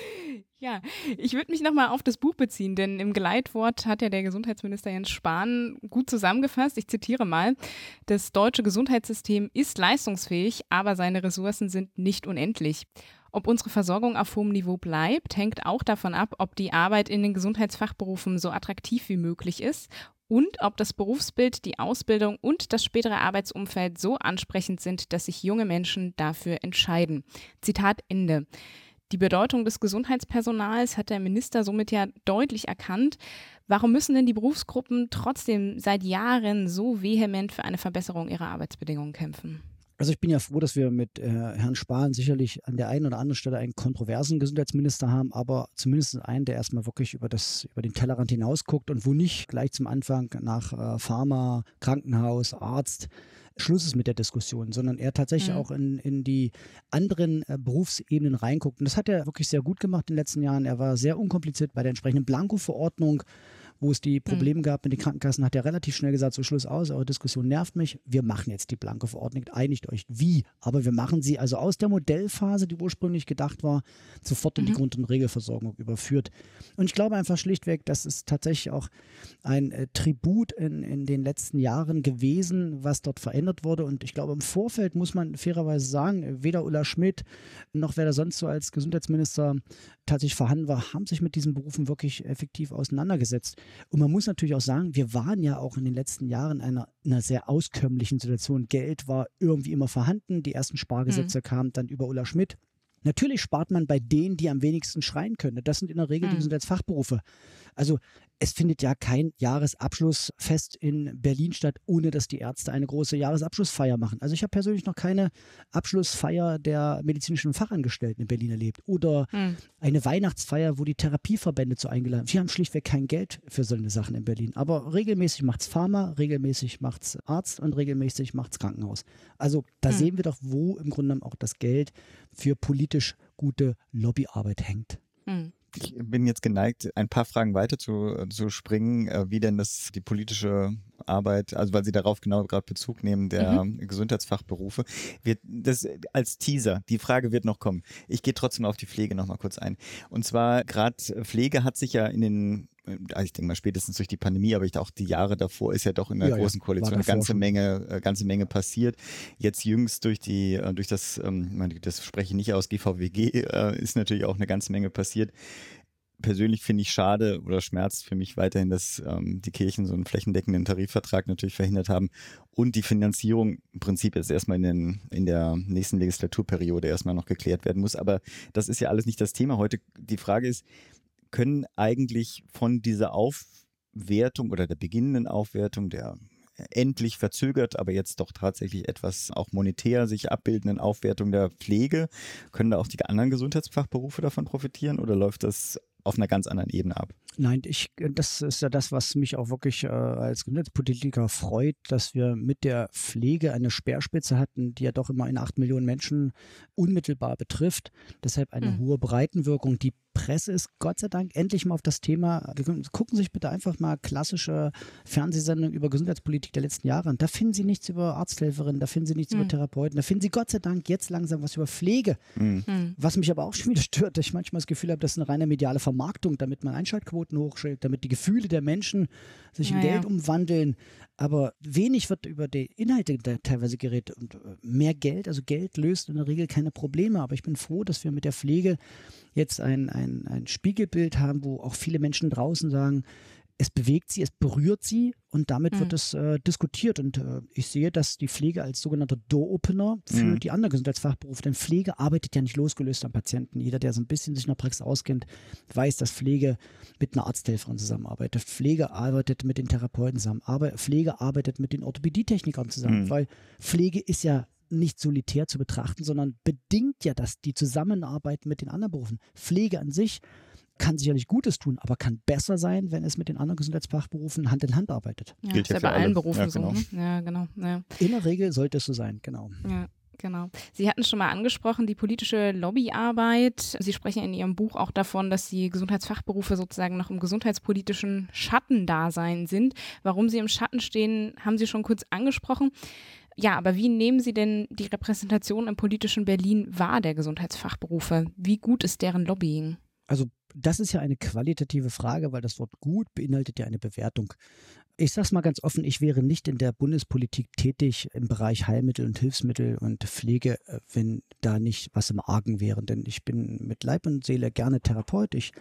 Ja, ich würde mich nochmal auf das Buch beziehen, denn im Geleitwort hat ja der Gesundheitsminister Jens Spahn gut zusammengefasst. Ich zitiere mal: Das deutsche Gesundheitssystem ist leistungsfähig, aber seine Ressourcen sind nicht unendlich. Ob unsere Versorgung auf hohem Niveau bleibt, hängt auch davon ab, ob die Arbeit in den Gesundheitsfachberufen so attraktiv wie möglich ist und ob das Berufsbild, die Ausbildung und das spätere Arbeitsumfeld so ansprechend sind, dass sich junge Menschen dafür entscheiden. Zitat Ende. Die Bedeutung des Gesundheitspersonals hat der Minister somit ja deutlich erkannt. Warum müssen denn die Berufsgruppen trotzdem seit Jahren so vehement für eine Verbesserung ihrer Arbeitsbedingungen kämpfen?
Also ich bin ja froh, dass wir mit äh, Herrn Spahn sicherlich an der einen oder anderen Stelle einen kontroversen Gesundheitsminister haben, aber zumindest einen, der erstmal wirklich über, das, über den Tellerrand hinaus guckt und wo nicht gleich zum Anfang nach äh, Pharma, Krankenhaus, Arzt Schluss ist mit der Diskussion, sondern er tatsächlich mhm. auch in, in die anderen äh, Berufsebenen reinguckt. Und das hat er wirklich sehr gut gemacht in den letzten Jahren. Er war sehr unkompliziert bei der entsprechenden Blanko-Verordnung, wo es die Probleme mhm. gab mit den Krankenkassen, hat er relativ schnell gesagt, so Schluss aus, eure Diskussion nervt mich, wir machen jetzt die Blanko-Verordnung, einigt euch wie, aber wir machen sie also aus der Modellphase, die ursprünglich gedacht war, sofort in mhm. die Grund- und Regelversorgung überführt. Und ich glaube einfach schlichtweg, das ist tatsächlich auch ein äh, Tribut in, in den letzten Jahren gewesen, was dort verändert wurde. Und ich glaube, im Vorfeld muss man fairerweise sagen, weder Ulla Schmidt noch wer da sonst so als Gesundheitsminister tatsächlich vorhanden war, haben sich mit diesen Berufen wirklich effektiv auseinandergesetzt. Und man muss natürlich auch sagen, wir waren ja auch in den letzten Jahren in einer, einer sehr auskömmlichen Situation. Geld war irgendwie immer vorhanden. Die ersten Spargesetze mhm. kamen dann über Ulla Schmidt. Natürlich spart man bei denen, die am wenigsten schreien können. Das sind in der Regel mhm. die Gesundheitsfachberufe. Also es findet ja kein Jahresabschlussfest in Berlin statt, ohne dass die Ärzte eine große Jahresabschlussfeier machen. Also ich habe persönlich noch keine Abschlussfeier der medizinischen Fachangestellten in Berlin erlebt oder mhm. eine Weihnachtsfeier, wo die Therapieverbände zu eingeladen sind. Wir haben schlichtweg kein Geld für solche Sachen in Berlin. Aber regelmäßig macht es Pharma, regelmäßig macht es Arzt und regelmäßig macht es Krankenhaus. Also da mhm. sehen wir doch, wo im Grunde genommen auch das Geld für politisch gute Lobbyarbeit hängt.
Mhm.
Ich bin jetzt geneigt, ein paar Fragen weiter zu, zu springen, wie denn das die politische Arbeit, also weil Sie darauf genau gerade Bezug nehmen, der mhm. Gesundheitsfachberufe, wird das als Teaser, die Frage wird noch kommen. Ich gehe trotzdem auf die Pflege noch mal kurz ein. Und zwar gerade Pflege hat sich ja in den, ich denke mal spätestens durch die Pandemie, aber ich auch die Jahre davor ist ja doch in der ja, großen Koalition eine ganze schon. Menge, ganze Menge passiert. Jetzt jüngst durch die, durch das, das spreche ich nicht aus, G V W G, ist natürlich auch eine ganze Menge passiert. Persönlich finde ich schade oder schmerzt für mich weiterhin, dass ähm, die Kirchen so einen flächendeckenden Tarifvertrag natürlich verhindert haben und die Finanzierung im Prinzip jetzt erstmal in, den, in der nächsten Legislaturperiode erstmal noch geklärt werden muss. Aber das ist ja alles nicht das Thema heute. Die Frage ist, können eigentlich von dieser Aufwertung oder der beginnenden Aufwertung der endlich verzögert, aber jetzt doch tatsächlich etwas auch monetär sich abbildenden Aufwertung der Pflege, können da auch die anderen Gesundheitsfachberufe davon profitieren oder läuft das auf einer ganz anderen Ebene ab?
Nein, ich, das ist ja das, was mich auch wirklich äh, als Gesundheitspolitiker freut, dass wir mit der Pflege eine Speerspitze hatten, die ja doch immer eine acht Millionen Menschen unmittelbar betrifft. Deshalb eine mhm. hohe Breitenwirkung. Die Presse ist Gott sei Dank endlich mal auf das Thema. Gucken Sie sich bitte einfach mal klassische Fernsehsendungen über Gesundheitspolitik der letzten Jahre an. Da finden Sie nichts über Arzthelferinnen, da finden Sie nichts mhm. über Therapeuten, da finden Sie Gott sei Dank jetzt langsam was über Pflege. Mhm. Was mich aber auch schon wieder stört, dass ich manchmal das Gefühl habe, das ist eine reine mediale Vermarktung, damit man Einschaltquoten hochschlägt, damit die Gefühle der Menschen sich in ja, Geld ja. umwandeln. Aber wenig wird über die Inhalte teilweise geredet. Und mehr Geld, also Geld löst in der Regel keine Probleme. Aber ich bin froh, dass wir mit der Pflege jetzt ein, ein, ein Spiegelbild haben, wo auch viele Menschen draußen sagen, es bewegt sie, es berührt sie und damit mhm. wird es äh, diskutiert. Und äh, ich sehe, dass die Pflege als sogenannter Door-Opener für mhm. die anderen Gesundheitsfachberufe, denn Pflege arbeitet ja nicht losgelöst am Patienten. Jeder, der so ein bisschen sich in der Praxis auskennt, weiß, dass Pflege mit einer Arzthelferin zusammenarbeitet. Pflege arbeitet mit den Therapeuten zusammen. Aber Pflege arbeitet mit den Orthopädietechnikern zusammen, mhm. weil Pflege ist ja nicht solitär zu betrachten, sondern bedingt ja das, die Zusammenarbeit mit den anderen Berufen. Pflege an sich kann sicherlich Gutes tun, aber kann besser sein, wenn es mit den anderen Gesundheitsfachberufen Hand in Hand arbeitet.
Ja, Gilt ja, ja bei allen Berufen ja, genau. so. Ja, genau. Ja.
In der Regel sollte es so sein, genau.
Ja. Genau. Sie hatten schon mal angesprochen, die politische Lobbyarbeit. Sie sprechen in Ihrem Buch auch davon, dass die Gesundheitsfachberufe sozusagen noch im gesundheitspolitischen Schattendasein sind. Warum sie im Schatten stehen, haben Sie schon kurz angesprochen. Ja, aber wie nehmen Sie denn die Repräsentation im politischen Berlin wahr der Gesundheitsfachberufe? Wie gut ist deren Lobbying?
Also das ist ja eine qualitative Frage, weil das Wort gut beinhaltet ja eine Bewertung. Ich sage es mal ganz offen, ich wäre nicht in der Bundespolitik tätig im Bereich Heilmittel und Hilfsmittel und Pflege, wenn da nicht was im Argen wäre. Denn ich bin mit Leib und Seele gerne Therapeut. Ich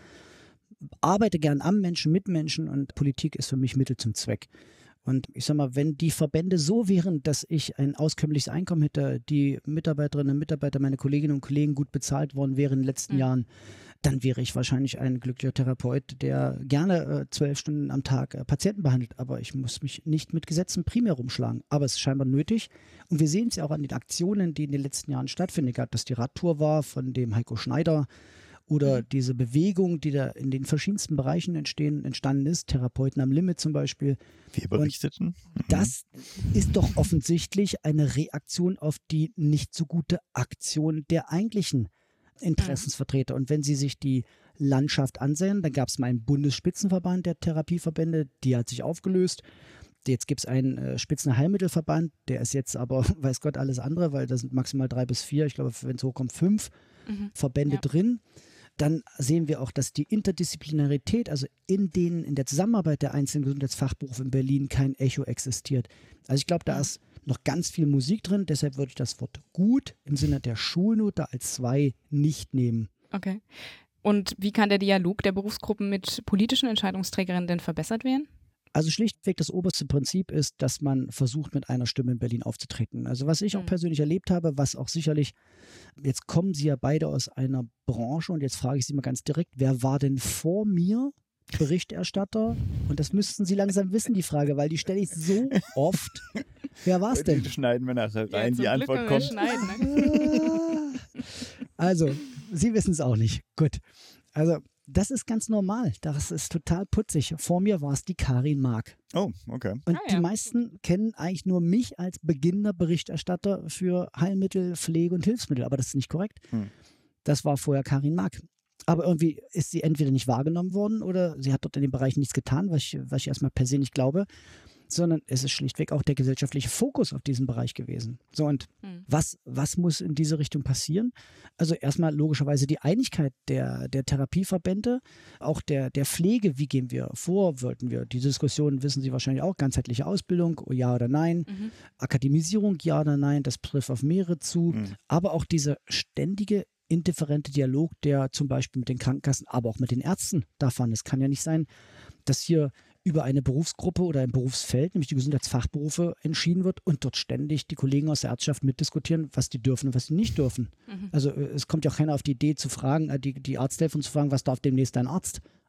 arbeite gern am Menschen, mit Menschen und Politik ist für mich Mittel zum Zweck. Und ich sag mal, wenn die Verbände so wären, dass ich ein auskömmliches Einkommen hätte, die Mitarbeiterinnen und Mitarbeiter, meine Kolleginnen und Kollegen gut bezahlt worden wären in den letzten mhm. Jahren, dann wäre ich wahrscheinlich ein glücklicher Therapeut, der gerne äh, zwölf Stunden am Tag äh, Patienten behandelt. Aber ich muss mich nicht mit Gesetzen primär rumschlagen. Aber es ist scheinbar nötig. Und wir sehen es ja auch an den Aktionen, die in den letzten Jahren stattfinden. Egal, ob das die Radtour war von dem Heiko Schneider, oder mhm. diese Bewegung, die da in den verschiedensten Bereichen entstehen, entstanden ist, Therapeuten am Limit zum Beispiel.
Wir berichteten.
Mhm. Das ist doch offensichtlich eine Reaktion auf die nicht so gute Aktion der eigentlichen Interessensvertreter. Und wenn Sie sich die Landschaft ansehen, dann gab es mal einen Bundesspitzenverband der Therapieverbände, die hat sich aufgelöst. Jetzt gibt es einen äh, Spitzenheilmittelverband, der ist jetzt aber, weiß Gott, alles andere, weil da sind maximal drei bis vier, ich glaube, wenn es hochkommt, fünf mhm. Verbände ja. drin. Dann sehen wir auch, dass die Interdisziplinarität, also in denen, in der Zusammenarbeit der einzelnen Gesundheitsfachberufe in Berlin kein Echo existiert. Also ich glaube, da ist noch ganz viel Musik drin, deshalb würde ich das Wort gut im Sinne der Schulnote als zwei nicht nehmen.
Okay. Und wie kann der Dialog der Berufsgruppen mit politischen Entscheidungsträgerinnen denn verbessert werden?
Also schlichtweg das oberste Prinzip ist, dass man versucht, mit einer Stimme in Berlin aufzutreten. Also was ich auch persönlich erlebt habe, was auch sicherlich, jetzt kommen Sie ja beide aus einer Branche und jetzt frage ich Sie mal ganz direkt, wer war denn vor mir Berichterstatter? Und das müssten Sie langsam wissen, die Frage, weil die stelle ich so oft. Wer war es denn?
Die schneiden wir nachher rein, ja, die Antwort kommt.
Ne?
Also, Sie wissen es auch nicht. Gut. Also, das ist ganz normal. Das ist total putzig. Vor mir war es die Karin Mark.
Oh, okay.
Und
ah,
die
ja.
meisten kennen eigentlich nur mich als beginnender Berichterstatter für Heilmittel, Pflege und Hilfsmittel. Aber das ist nicht korrekt. Hm. Das war vorher Karin Mark. Aber irgendwie ist sie entweder nicht wahrgenommen worden oder sie hat dort in dem Bereich nichts getan, was ich, was ich erstmal per se nicht glaube, sondern es ist schlichtweg auch der gesellschaftliche Fokus auf diesen Bereich gewesen. So, und mhm. was, was muss in diese Richtung passieren? Also erstmal logischerweise die Einigkeit der, der Therapieverbände, auch der, der Pflege, wie gehen wir vor, wollten wir, die Diskussion wissen Sie wahrscheinlich auch, ganzheitliche Ausbildung, ja oder nein, mhm. Akademisierung, ja oder nein, das trifft auf mehrere zu, mhm. aber auch dieser ständige indifferente Dialog, der zum Beispiel mit den Krankenkassen, aber auch mit den Ärzten davon. Es kann ja nicht sein, dass hier über eine Berufsgruppe oder ein Berufsfeld, nämlich die Gesundheitsfachberufe, entschieden wird und dort ständig die Kollegen aus der Ärzteschaft mitdiskutieren, was die dürfen und was sie nicht dürfen. Mhm. Also es kommt ja auch keiner auf die Idee zu fragen, die, die Arzthelferin zu fragen, was darf demnächst dein Arzt?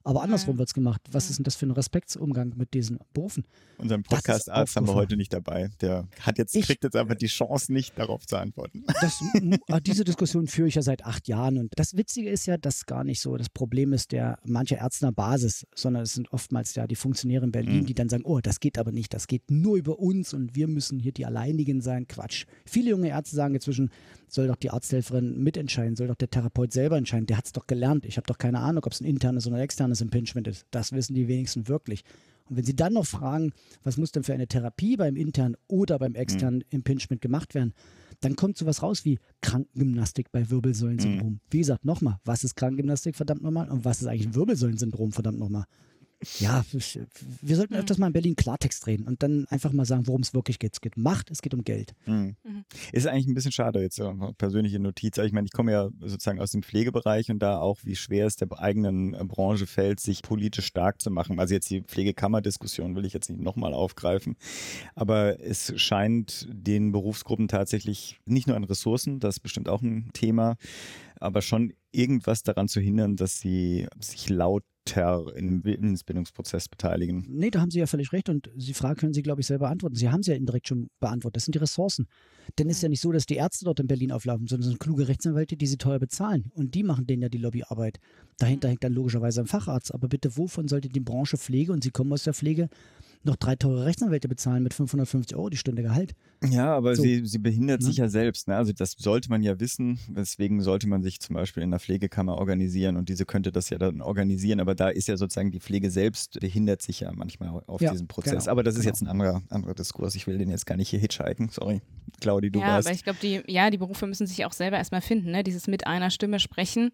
Aber andersrum wird es gemacht. Was ist denn das für ein Respektsumgang mit diesen Berufen?
Unseren Podcast-Arzt haben wir heute nicht dabei. Der hat jetzt,
Ich-
kriegt jetzt einfach die Chance, nicht darauf zu antworten.
Das, m- diese Diskussion führe ich ja seit acht Jahren. Und das Witzige ist ja, dass gar nicht so das Problem ist der mancher Ärzte an der Basis, sondern es sind oftmals ja die Funktionäre in Berlin,
Mhm.
die dann sagen, oh, das geht aber nicht, das geht nur über uns und wir müssen hier die Alleinigen sein. Quatsch. Viele junge Ärzte sagen inzwischen, soll doch die Arzthelferin mitentscheiden, soll doch der Therapeut selber entscheiden. Der hat es doch gelernt. Ich habe doch keine Ahnung, ob es ein internes oder ein externes Impingement ist. Das wissen die wenigsten wirklich. Und wenn Sie dann noch fragen, was muss denn für eine Therapie beim internen oder beim externen Impingement gemacht werden, dann kommt sowas raus wie Krankengymnastik bei Wirbelsäulensyndrom.
Mhm.
Wie gesagt, nochmal, was ist Krankengymnastik, verdammt nochmal, und was ist eigentlich ein Wirbelsäulensyndrom, verdammt nochmal. Ja, wir sollten öfters mal in Berlin Klartext reden und dann einfach mal sagen, worum es wirklich geht. Es geht um Macht, es geht um Geld.
Mhm. Ist eigentlich ein bisschen schade jetzt, so eine persönliche Notiz. Ich meine, ich komme ja sozusagen aus dem Pflegebereich und da auch, wie schwer es der eigenen Branche fällt, sich politisch stark zu machen. Also jetzt die Pflegekammerdiskussion will ich jetzt nicht nochmal aufgreifen. Aber es scheint den Berufsgruppen tatsächlich nicht nur an Ressourcen, das ist bestimmt auch ein Thema, aber schon irgendwas daran zu hindern, dass sie sich lauter im Willensbildungsprozess beteiligen.
Nee, da haben Sie ja völlig recht und die Frage können Sie, glaube ich, selber antworten. Sie haben sie ja indirekt schon beantwortet. Das sind die Ressourcen. Denn es ist ja nicht so, dass die Ärzte dort in Berlin auflaufen, sondern es sind kluge Rechtsanwälte, die sie teuer bezahlen. Und die machen denen ja die Lobbyarbeit. Dahinter hängt dann logischerweise ein Facharzt. Aber bitte, wovon sollte die Branche Pflege, und Sie kommen aus der Pflege, noch drei teure Rechtsanwälte bezahlen mit fünfhundertfünfzig Euro die Stunde Gehalt?
Ja, aber
So.
sie, sie behindert
Ne?
sich ja selbst. Ne? Also das sollte man ja wissen. Deswegen sollte man sich zum Beispiel in der Pflegekammer organisieren und diese könnte das ja dann organisieren. Aber da ist ja sozusagen die Pflege selbst, behindert sich ja manchmal auf
Ja,
diesem Prozess.
genau,
aber das ist
genau.
jetzt ein anderer, anderer Diskurs. Ich will den jetzt gar nicht hier hitchhiken. Sorry, Claudi, du
ja,
warst.
aber ich glaube, die, ja, die Berufe müssen sich auch selber erstmal finden, ne? Dieses mit einer Stimme sprechen.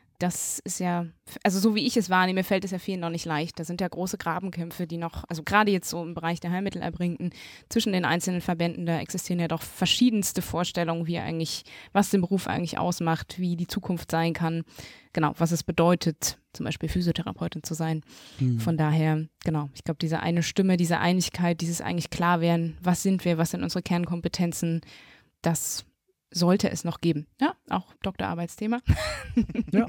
Das ist ja, also so wie ich es wahrnehme, fällt es ja vielen noch nicht leicht. Da sind ja große Grabenkämpfe, die noch, also gerade jetzt so im Bereich der Heilmittelerbringenden, zwischen den einzelnen Verbänden, da existieren ja doch verschiedenste Vorstellungen, wie eigentlich, was den Beruf eigentlich ausmacht, wie die Zukunft sein kann, genau, was es bedeutet, zum Beispiel Physiotherapeutin zu sein.
Mhm.
Von daher, genau, ich glaube, diese eine Stimme, diese Einigkeit, dieses eigentlich klar werden, was sind wir, was sind unsere Kernkompetenzen, das sollte es noch geben. Ja, auch Doktorarbeitsthema.
Ja.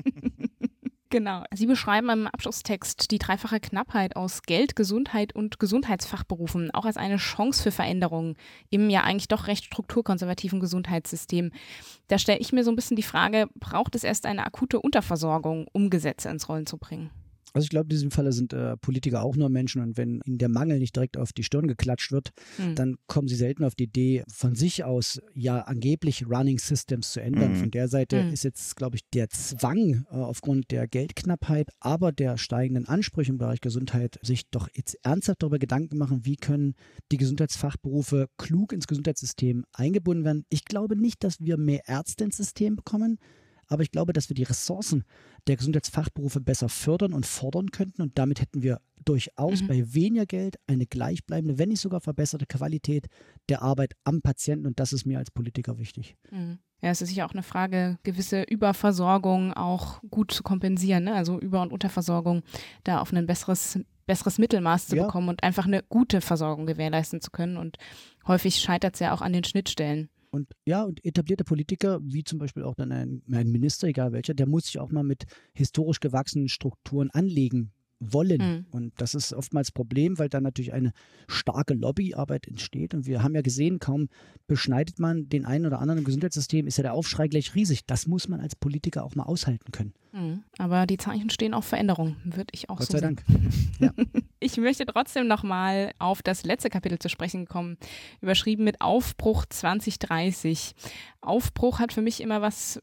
Genau. Sie beschreiben im Abschlusstext die dreifache Knappheit aus Geld, Gesundheit und Gesundheitsfachberufen auch als eine Chance für Veränderungen im ja eigentlich doch recht strukturkonservativen Gesundheitssystem. Da stelle ich mir so ein bisschen die Frage, braucht es erst eine akute Unterversorgung, um Gesetze ins Rollen zu bringen?
Also ich glaube, in diesem Falle sind äh, Politiker auch nur Menschen und wenn ihnen der Mangel nicht direkt auf die Stirn geklatscht wird,
Hm.
dann kommen sie selten auf die Idee, von sich aus ja angeblich Running Systems zu ändern.
Mhm.
Von der Seite
Mhm.
ist jetzt, glaube ich, der Zwang äh, aufgrund der Geldknappheit, aber der steigenden Ansprüche im Bereich Gesundheit, sich doch jetzt ernsthaft darüber Gedanken machen, wie können die Gesundheitsfachberufe klug ins Gesundheitssystem eingebunden werden. Ich glaube nicht, dass wir mehr Ärzte ins System bekommen, aber ich glaube, dass wir die Ressourcen der Gesundheitsfachberufe besser fördern und fordern könnten. Und damit hätten wir durchaus
Mhm.
bei weniger Geld eine gleichbleibende, wenn nicht sogar verbesserte Qualität der Arbeit am Patienten. Und das ist mir als Politiker wichtig.
Mhm. Ja, es ist sicher auch eine Frage, gewisse Überversorgung auch gut zu kompensieren, ne? Also Über- und Unterversorgung, da auf ein besseres, besseres Mittelmaß zu
Ja.
bekommen und einfach eine gute Versorgung gewährleisten zu können. Und häufig scheitert es ja auch an den Schnittstellen.
Und ja, und etablierte Politiker, wie zum Beispiel auch dann ein, ein Minister, egal welcher, der muss sich auch mal mit historisch gewachsenen Strukturen anlegen wollen.
Mhm.
Und das ist oftmals das Problem, weil dann natürlich eine starke Lobbyarbeit entsteht. Und wir haben ja gesehen, kaum beschneidet man den einen oder anderen im Gesundheitssystem, ist ja der Aufschrei gleich riesig. Das muss man als Politiker auch mal aushalten können.
Mhm. Aber die Zeichen stehen auf Veränderung, würde ich auch
Gott
so
sei
sehen.
Dank.
Ich möchte trotzdem nochmal auf das letzte Kapitel zu sprechen kommen, überschrieben mit Aufbruch zwanzig dreißig. Aufbruch hat für mich immer was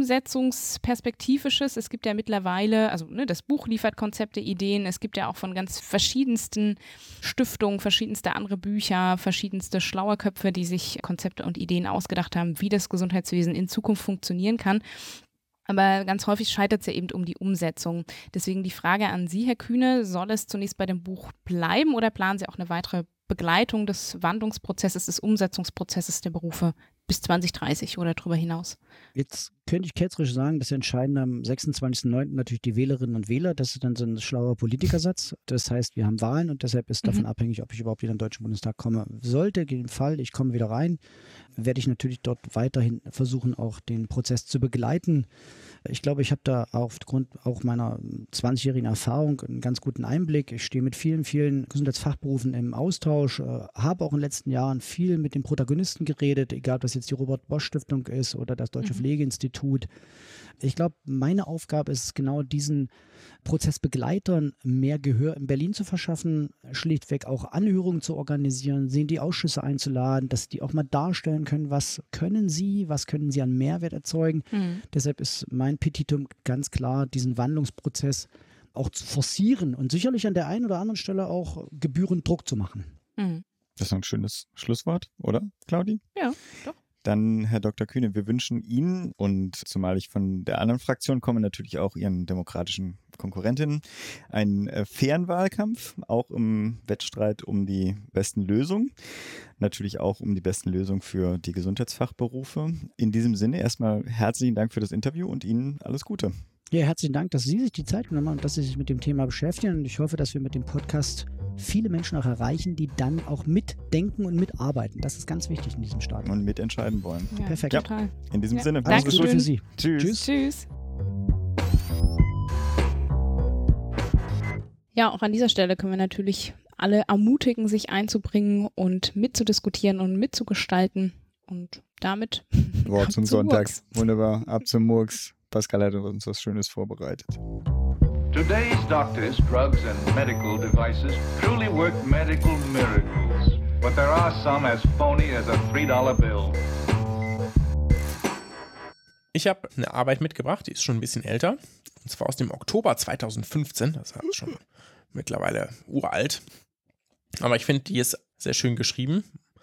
Umsetzungsperspektivisches. Es gibt ja mittlerweile, also ne, das Buch liefert Konzepte, Ideen. Es gibt ja auch von ganz verschiedensten Stiftungen, verschiedenste andere Bücher, verschiedenste schlaue Köpfe, die sich Konzepte und Ideen ausgedacht haben, wie das Gesundheitswesen in Zukunft funktionieren kann. Aber ganz häufig scheitert es ja eben um die Umsetzung. Deswegen die Frage an Sie, Herr Kühne, soll es zunächst bei dem Buch bleiben oder planen Sie auch eine weitere Begleitung des Wandlungsprozesses, des Umsetzungsprozesses der Berufe bis zwanzig dreißig oder darüber hinaus?
Jetzt könnte ich ketzerisch sagen, das entscheiden am sechsundzwanzigsten neunten natürlich die Wählerinnen und Wähler. Das ist dann so ein schlauer Politikersatz. Das heißt, wir haben Wahlen und deshalb ist davon
Mhm.
abhängig, ob ich überhaupt wieder in den Deutschen Bundestag komme. Sollte, in dem Fall, ich komme wieder rein, werde ich natürlich dort weiterhin versuchen, auch den Prozess zu begleiten. Ich glaube, ich habe da aufgrund auch meiner zwanzigjährigen Erfahrung einen ganz guten Einblick. Ich stehe mit vielen, vielen Gesundheitsfachberufen im Austausch, äh, habe auch in den letzten Jahren viel mit den Protagonisten geredet, egal ob das jetzt die Robert-Bosch-Stiftung ist oder das Deutsche
Mhm.
Pflegeinstitut. Ich glaube, meine Aufgabe ist es genau, diesen Prozessbegleitern mehr Gehör in Berlin zu verschaffen, schlichtweg auch Anhörungen zu organisieren, sie in die Ausschüsse einzuladen, dass die auch mal darstellen können, was können sie, was können sie an Mehrwert erzeugen.
Mhm.
Deshalb ist mein Petitum ganz klar, diesen Wandlungsprozess auch zu forcieren und sicherlich an der einen oder anderen Stelle auch gebührend Druck zu machen.
Mhm.
Das ist ein schönes Schlusswort, oder, Claudi?
Ja, doch.
Dann, Herr Doktor Kühne, wir wünschen Ihnen und zumal ich von der anderen Fraktion komme, natürlich auch Ihren demokratischen Konkurrentinnen, einen äh, fairen Wahlkampf, auch im Wettstreit um die besten Lösungen. Natürlich auch um die besten Lösungen für die Gesundheitsfachberufe. In diesem Sinne erstmal herzlichen Dank für das Interview und Ihnen alles Gute.
Ja, herzlichen Dank, dass Sie sich die Zeit genommen haben und dass Sie sich mit dem Thema beschäftigen. Und ich hoffe, dass wir mit dem Podcast viele Menschen auch erreichen, die dann auch mitdenken und mitarbeiten. Das ist ganz wichtig in diesem Stadium.
Und mitentscheiden wollen.
Ja,
Perfekt.
Total.
In diesem
Ja.
Sinne,
Alles
Dankeschön.
Gute für Sie.
Tschüss.
Tschüss.
Tschüss. Ja, auch an dieser Stelle können wir natürlich alle ermutigen, sich einzubringen und mitzudiskutieren und mitzugestalten. Und damit
Wort
ab
zum
zu
Sonntag.
Murks.
Wunderbar. Ab zum Murks. Pascal hat uns was Schönes vorbereitet.
Today's doctors, drugs, and medical devices truly work medical miracles. But there are some as phony as a three dollar bill.
Ich habe eine Arbeit mitgebracht, die ist schon ein bisschen älter. Und zwar aus dem Oktober zweitausendfünfzehn. Das ist schon mittlerweile uralt. Aber ich finde, die ist sehr schön geschrieben.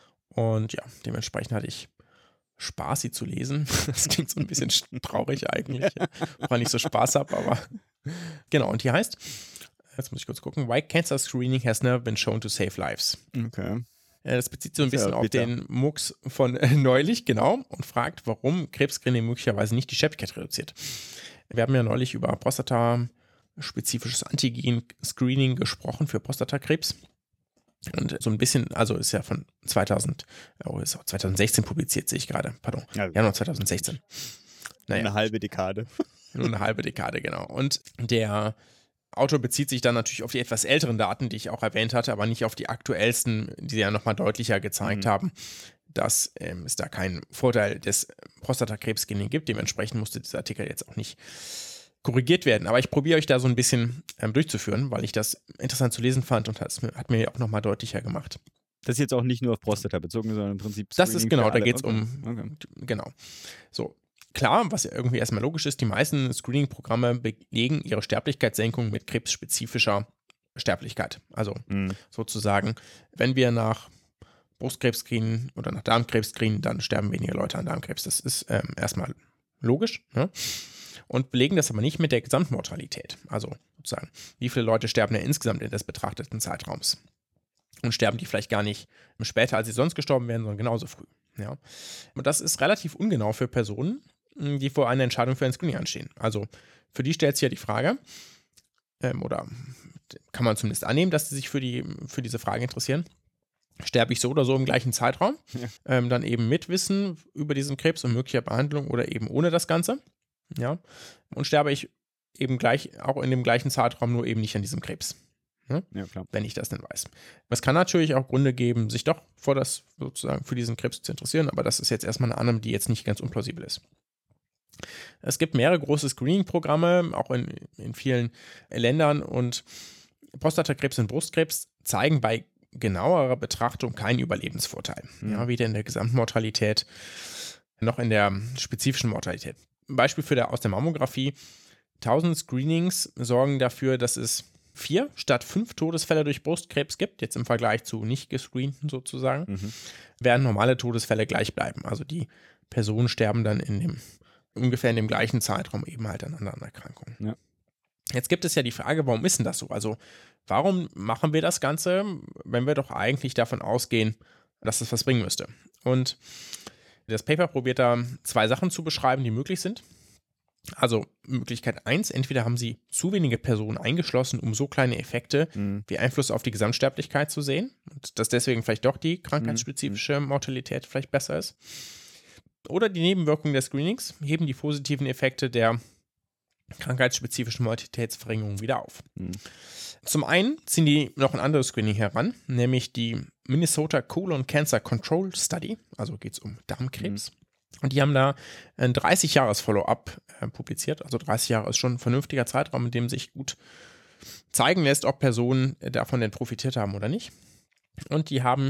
Und ja, dementsprechend hatte ich Spaß, sie zu lesen. Das klingt so ein bisschen traurig eigentlich, weil ich nicht so Spaß habe, aber genau. Und die heißt, jetzt muss ich kurz gucken, Why Cancer Screening Has Never Been Shown to Save Lives.
Okay.
Äh, Das bezieht so ein
Ist ja
bisschen auf
bitter.
den Mucks von äh, neulich, genau, und fragt, warum Krebsscreening möglicherweise nicht die Sterblichkeit reduziert. Wir haben ja neulich über prostataspezifisches Antigen-Screening gesprochen für Prostatakrebs. Und so ein bisschen, also ist ja von zweitausend, oh, ist auch zweitausendsechzehn publiziert, sehe ich gerade, pardon,
Ja.
Januar zweitausendsechzehn. Naja,
Eine halbe Dekade.
nur eine halbe Dekade, genau. Und der Autor bezieht sich dann natürlich auf die etwas älteren Daten, die ich auch erwähnt hatte, aber nicht auf die aktuellsten, die ja nochmal deutlicher gezeigt
Mhm. haben,
haben, dass ähm, es da keinen Vorteil des Prostatakrebs-Screening gibt. Dementsprechend musste dieser Artikel jetzt auch nicht korrigiert werden. Aber ich probiere euch da so ein bisschen ähm, durchzuführen, weil ich das interessant zu lesen fand und das hat mir auch nochmal deutlicher gemacht.
Das ist jetzt auch nicht nur auf Prostata bezogen, sondern im Prinzip
Das ist
Screening
genau,
für
da
alle.
geht es
Okay.
um,
Okay.
genau. So, klar, was ja irgendwie erstmal logisch ist, die meisten Screening-Programme belegen ihre Sterblichkeitssenkung mit krebsspezifischer Sterblichkeit. Also
Mhm.
sozusagen, wenn wir nach Brustkrebs screenen oder nach Darmkrebs screenen, dann sterben weniger Leute an Darmkrebs. Das ist ähm, erstmal logisch, ne? Und belegen das aber nicht mit der Gesamtmortalität. Also sozusagen, wie viele Leute sterben ja insgesamt in des betrachteten Zeitraums. Und sterben die vielleicht gar nicht später, als sie sonst gestorben wären, sondern genauso früh. Ja. Und das ist relativ ungenau für Personen, die vor einer Entscheidung für ein Screening anstehen. Also für die stellt sich ja die Frage, ähm, oder kann man zumindest annehmen, dass sie sich für, die, für diese Frage interessieren. Sterbe ich so oder so im gleichen Zeitraum?
Ja.
Ähm, dann eben mit Wissen über diesen Krebs und möglicher Behandlung oder eben ohne das Ganze. Ja. Und sterbe ich eben gleich, auch in dem gleichen Zeitraum, nur eben nicht an diesem Krebs.
Ja, klar.
Wenn ich das denn weiß. Es kann natürlich auch Gründe geben, sich doch vor das sozusagen für diesen Krebs zu interessieren, aber das ist jetzt erstmal eine Annahme, die jetzt nicht ganz unplausibel ist. Es gibt mehrere große Screening-Programme, auch in, in vielen Ländern, und Prostatakrebs und Brustkrebs zeigen bei genauerer Betrachtung keinen Überlebensvorteil.
Mhm.
Ja, weder in der Gesamtmortalität noch in der spezifischen Mortalität. Ein Beispiel für der, aus der Mammographie: tausend Screenings sorgen dafür, dass es vier statt fünf Todesfälle durch Brustkrebs gibt, jetzt im Vergleich zu nicht gescreenten sozusagen,
Mhm.
werden normale Todesfälle gleich bleiben. Also die Personen sterben dann in dem, ungefähr in dem gleichen Zeitraum eben halt an anderen Erkrankungen.
Ja.
Jetzt gibt es ja die Frage, warum ist denn das so? Also warum machen wir das Ganze, wenn wir doch eigentlich davon ausgehen, dass es was bringen müsste? Und Das Paper probiert da zwei Sachen zu beschreiben, die möglich sind. Also Möglichkeit eins, entweder haben sie zu wenige Personen eingeschlossen, um so kleine Effekte mhm. wie Einfluss auf die Gesamtsterblichkeit zu sehen und dass deswegen vielleicht doch die krankheitsspezifische Mortalität vielleicht besser ist. Oder die Nebenwirkungen des Screenings heben die positiven Effekte der krankheitsspezifischen Mortalitätsverringerung wieder auf. Mhm. Zum einen ziehen die noch ein anderes Screening heran, nämlich die Minnesota Colon Cancer Control Study, also geht es um Darmkrebs. Mhm. Und die haben da ein dreißig-Jahres-Follow-up äh, publiziert. Also dreißig Jahre ist schon ein vernünftiger Zeitraum, in dem sich gut zeigen lässt, ob Personen davon denn profitiert haben oder nicht. Und die haben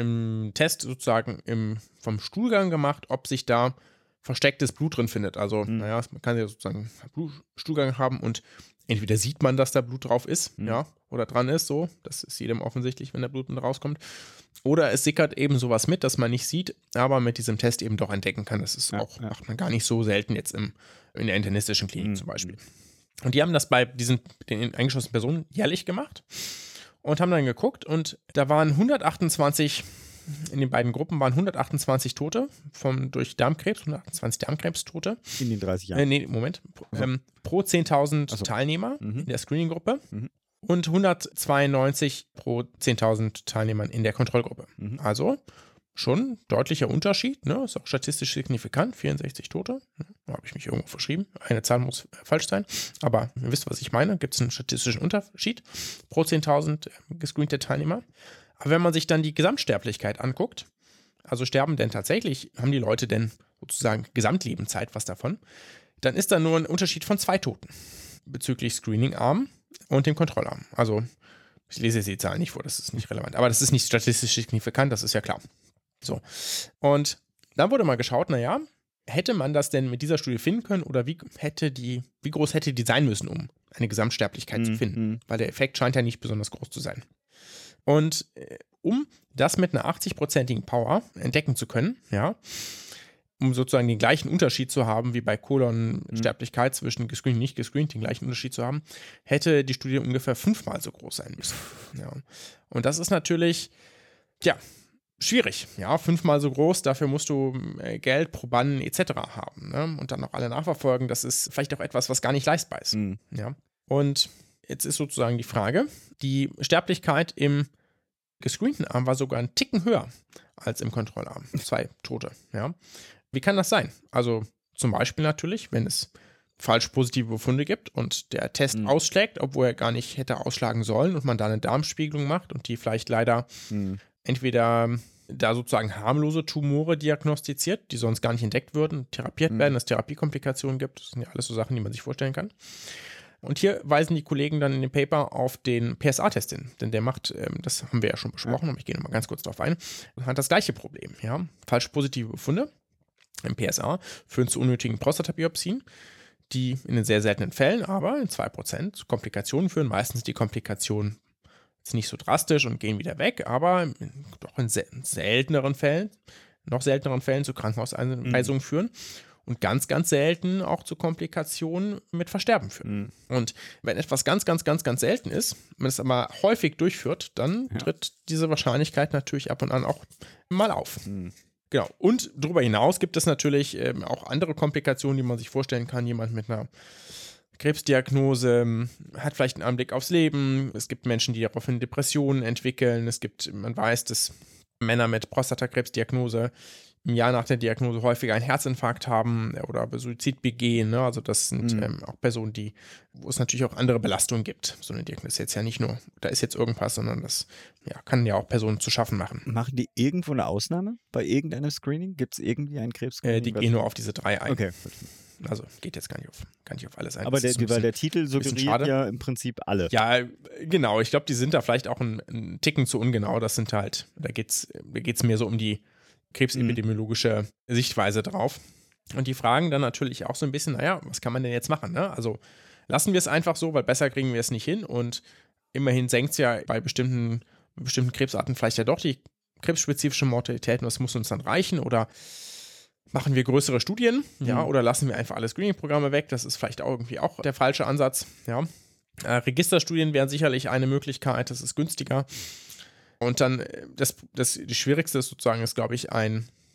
im Test sozusagen im, vom Stuhlgang gemacht, ob sich da verstecktes Blut drin findet. Also, mhm. naja, man kann ja sozusagen Blut, Stuhlgang haben und entweder sieht man, dass da Blut drauf ist, mhm. ja, oder dran ist, so. Das ist jedem offensichtlich, wenn da Blut mit rauskommt. Oder es sickert eben sowas mit, das man nicht sieht, aber mit diesem Test eben doch entdecken kann. Das ist ja, auch, ja. macht man gar nicht so selten jetzt im, in der internistischen Klinik mhm. zum Beispiel. Und die haben das bei diesen den eingeschlossenen Personen jährlich gemacht und haben dann geguckt und da waren hundertachtundzwanzig, in den beiden Gruppen waren hundertachtundzwanzig Tote vom, durch Darmkrebs, hundertachtundzwanzig Darmkrebstote.
In den dreißig Jahren?
Äh, nee, Moment. Also. Ähm, pro zehntausend also. Teilnehmer mhm. in der Screening-Gruppe mhm. und hundertzweiundneunzig pro zehntausend Teilnehmern in der Kontrollgruppe. Mhm. Also schon deutlicher Unterschied, ne? Ist auch statistisch signifikant, vierundsechzig Tote. Da habe ich mich irgendwo verschrieben. Eine Zahl muss falsch sein, aber ihr wisst, was ich meine. Gibt es einen statistischen Unterschied pro zehntausend gescreente Teilnehmer. Aber wenn man sich dann die Gesamtsterblichkeit anguckt, also sterben denn tatsächlich, haben die Leute denn sozusagen Gesamtlebenszeit was davon, dann ist da nur ein Unterschied von zwei Toten bezüglich Screening-Arm und dem Kontrollarm. Also ich lese jetzt die Zahlen nicht vor, das ist nicht relevant, aber das ist nicht statistisch signifikant, das ist ja klar. So, und dann wurde mal geschaut, naja, hätte man das denn mit dieser Studie finden können oder wie hätte die, wie groß hätte die sein müssen, um eine Gesamtsterblichkeit mhm. zu finden? Weil der Effekt scheint ja nicht besonders groß zu sein. Und äh, um das mit einer achtzig-prozentigen Power entdecken zu können, ja, um sozusagen den gleichen Unterschied zu haben wie bei Kolonsterblichkeit mhm. zwischen gescreent und nicht gescreent, den gleichen Unterschied zu haben, hätte die Studie ungefähr fünfmal so groß sein müssen. Ja. Und das ist natürlich, ja, schwierig. Ja, fünfmal so groß, dafür musst du äh, Geld, Probanden et cetera haben. Ne? Und dann noch alle nachverfolgen, das ist vielleicht auch etwas, was gar nicht leistbar ist. Mhm. Ja. Und jetzt ist sozusagen die Frage, die Sterblichkeit im gescreenten Arm war sogar einen Ticken höher als im Kontrollarm. Zwei Tote, ja. Wie kann das sein? Also zum Beispiel natürlich, wenn es falsch positive Befunde gibt und der Test mhm. ausschlägt, obwohl er gar nicht hätte ausschlagen sollen und man da eine Darmspiegelung macht und die vielleicht leider mhm. entweder da sozusagen harmlose Tumore diagnostiziert, die sonst gar nicht entdeckt würden, therapiert mhm. werden, dass Therapiekomplikationen gibt. Das sind ja alles so Sachen, die man sich vorstellen kann. Und hier weisen die Kollegen dann in dem Paper auf den P S A-Test hin, denn der macht, ähm, das haben wir ja schon besprochen, ja. aber ich gehe nochmal ganz kurz darauf ein, hat das gleiche Problem. Ja? Falsch positive Befunde im P S A führen zu unnötigen Prostatabiopsien, die in den sehr seltenen Fällen, aber in zwei Prozent zu Komplikationen führen. Meistens die Komplikationen jetzt nicht so drastisch und gehen wieder weg, aber doch in sel- selteneren Fällen, noch selteneren Fällen zu Krankenhauseinweisungen mhm. führen. Und ganz, ganz selten auch zu Komplikationen mit Versterben führen. Mhm. Und wenn etwas ganz, ganz, ganz, ganz selten ist, wenn es aber häufig durchführt, dann ja. tritt diese Wahrscheinlichkeit natürlich ab und an auch mal auf. Mhm. Genau. Und darüber hinaus gibt es natürlich ähm, auch andere Komplikationen, die man sich vorstellen kann. Jemand mit einer Krebsdiagnose ähm, hat vielleicht einen Anblick aufs Leben. Es gibt Menschen, die daraufhin Depressionen entwickeln. Es gibt, man weiß, dass Männer mit Prostatakrebsdiagnose im Jahr nach der Diagnose häufiger einen Herzinfarkt haben oder Suizid begehen. Ne? Also das sind mhm. ähm, auch Personen, die, wo es natürlich auch andere Belastungen gibt. So eine Diagnose ist jetzt ja nicht nur, da ist jetzt irgendwas, sondern das ja, kann ja auch Personen zu schaffen machen.
Machen die irgendwo eine Ausnahme bei irgendeinem Screening? Gibt es irgendwie ein Krebsscreening?
Äh, die gehen nur auf diese drei ein.
Okay.
Also geht jetzt gar nicht auf, gar nicht auf alles ein.
Aber der, so weil der Titel suggeriert ja im Prinzip alle.
Ja, genau. Ich glaube, die sind da vielleicht auch ein, ein Ticken zu ungenau. Das sind halt, da geht es da geht's mehr so um die krebsepidemiologische mhm. Sichtweise drauf. Und die fragen dann natürlich auch so ein bisschen, naja, was kann man denn jetzt machen? Ne? Also lassen wir es einfach so, weil besser kriegen wir es nicht hin. Und immerhin senkt es ja bei bestimmten, bestimmten Krebsarten vielleicht ja doch die krebsspezifische Mortalität. Und das muss uns dann reichen. Oder machen wir größere Studien, mhm. ja, oder lassen wir einfach alle Screening-Programme weg. Das ist vielleicht auch irgendwie auch der falsche Ansatz. Ja. Äh, Registerstudien wären sicherlich eine Möglichkeit, das ist günstiger. Und dann, das, das, die schwierigste ist sozusagen, ist, glaube ich, ein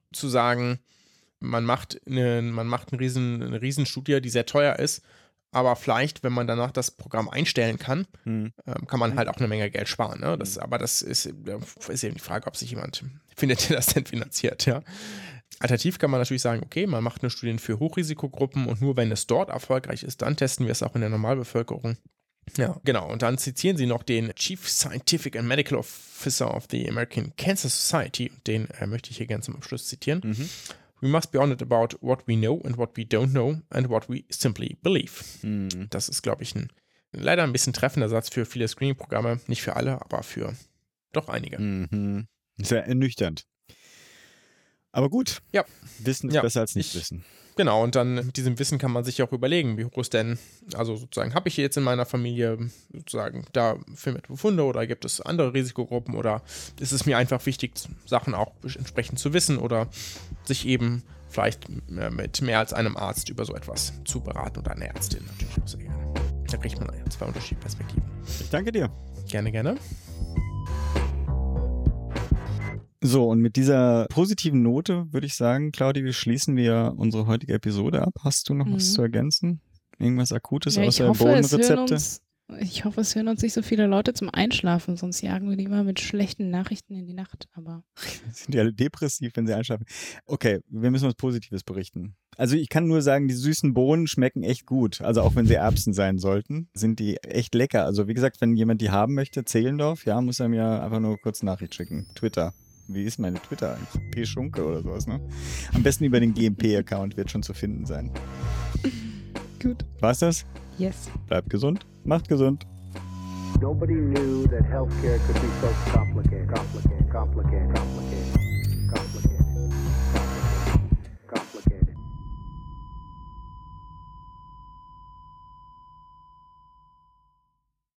zu sagen, man macht eine, man macht eine, riesen, eine Riesenstudie, die sehr teuer ist, aber vielleicht, wenn man danach das Programm einstellen kann, hm. ähm, kann man halt auch eine Menge Geld sparen. Ne? Das, aber das ist, ist eben die Frage, ob sich jemand findet, der das denn finanziert. Ja? Alternativ kann man natürlich sagen, okay, man macht eine Studie für Hochrisikogruppen und nur wenn es dort erfolgreich ist, dann testen wir es auch in der Normalbevölkerung. Ja, genau. Und dann zitieren sie noch den Chief Scientific and Medical Officer of the American Cancer Society. Den äh, möchte ich hier gerne zum Abschluss zitieren. Mhm. We must be honest about what we know and what we don't know and what we simply believe. Mhm. Das ist, glaube ich, ein leider ein bisschen treffender Satz für viele Screening-Programme. Nicht für alle, aber für doch einige.
Mhm. Sehr ernüchternd. Aber gut.
Ja.
Wissen ist
ja.
besser als nicht
ich,
wissen.
Genau, und dann mit diesem Wissen kann man sich auch überlegen, wie hoch ist denn, also sozusagen, habe ich jetzt in meiner Familie sozusagen da vermehrte Befunde oder gibt es andere Risikogruppen oder ist es mir einfach wichtig, Sachen auch entsprechend zu wissen oder sich eben vielleicht mit mehr als einem Arzt über so etwas zu beraten oder eine Ärztin natürlich auch sehr gerne. Da kriegt man zwei unterschiedliche Perspektiven.
Ich danke dir.
Gerne, gerne.
So, und mit dieser positiven Note würde ich sagen, Claudi, schließen wir unsere heutige Episode ab. Hast du noch mhm. was zu ergänzen? Irgendwas Akutes
ja,
außer
hoffe,
Bodenrezepte?
Uns, ich hoffe, es hören uns nicht so viele Leute zum Einschlafen, sonst jagen wir die immer mit schlechten Nachrichten in die Nacht. Aber
sind die alle depressiv, wenn sie einschlafen? Okay, wir müssen was Positives berichten. Also ich kann nur sagen, die süßen Bohnen schmecken echt gut. Also auch wenn sie Erbsen sein sollten, sind die echt lecker. Also wie gesagt, wenn jemand die haben möchte, Zehlendorf, ja, muss er mir einfach nur kurz Nachricht schicken. Twitter. Wie ist meine Twitter eigentlich? P. Schunke oder sowas, ne? Am besten über den G M P-Account wird schon zu finden sein.
Gut.
War's das?
Yes.
Bleibt gesund. Macht gesund.
Nobody knew that healthcare could be so complicated, complicated, complicated, complicated.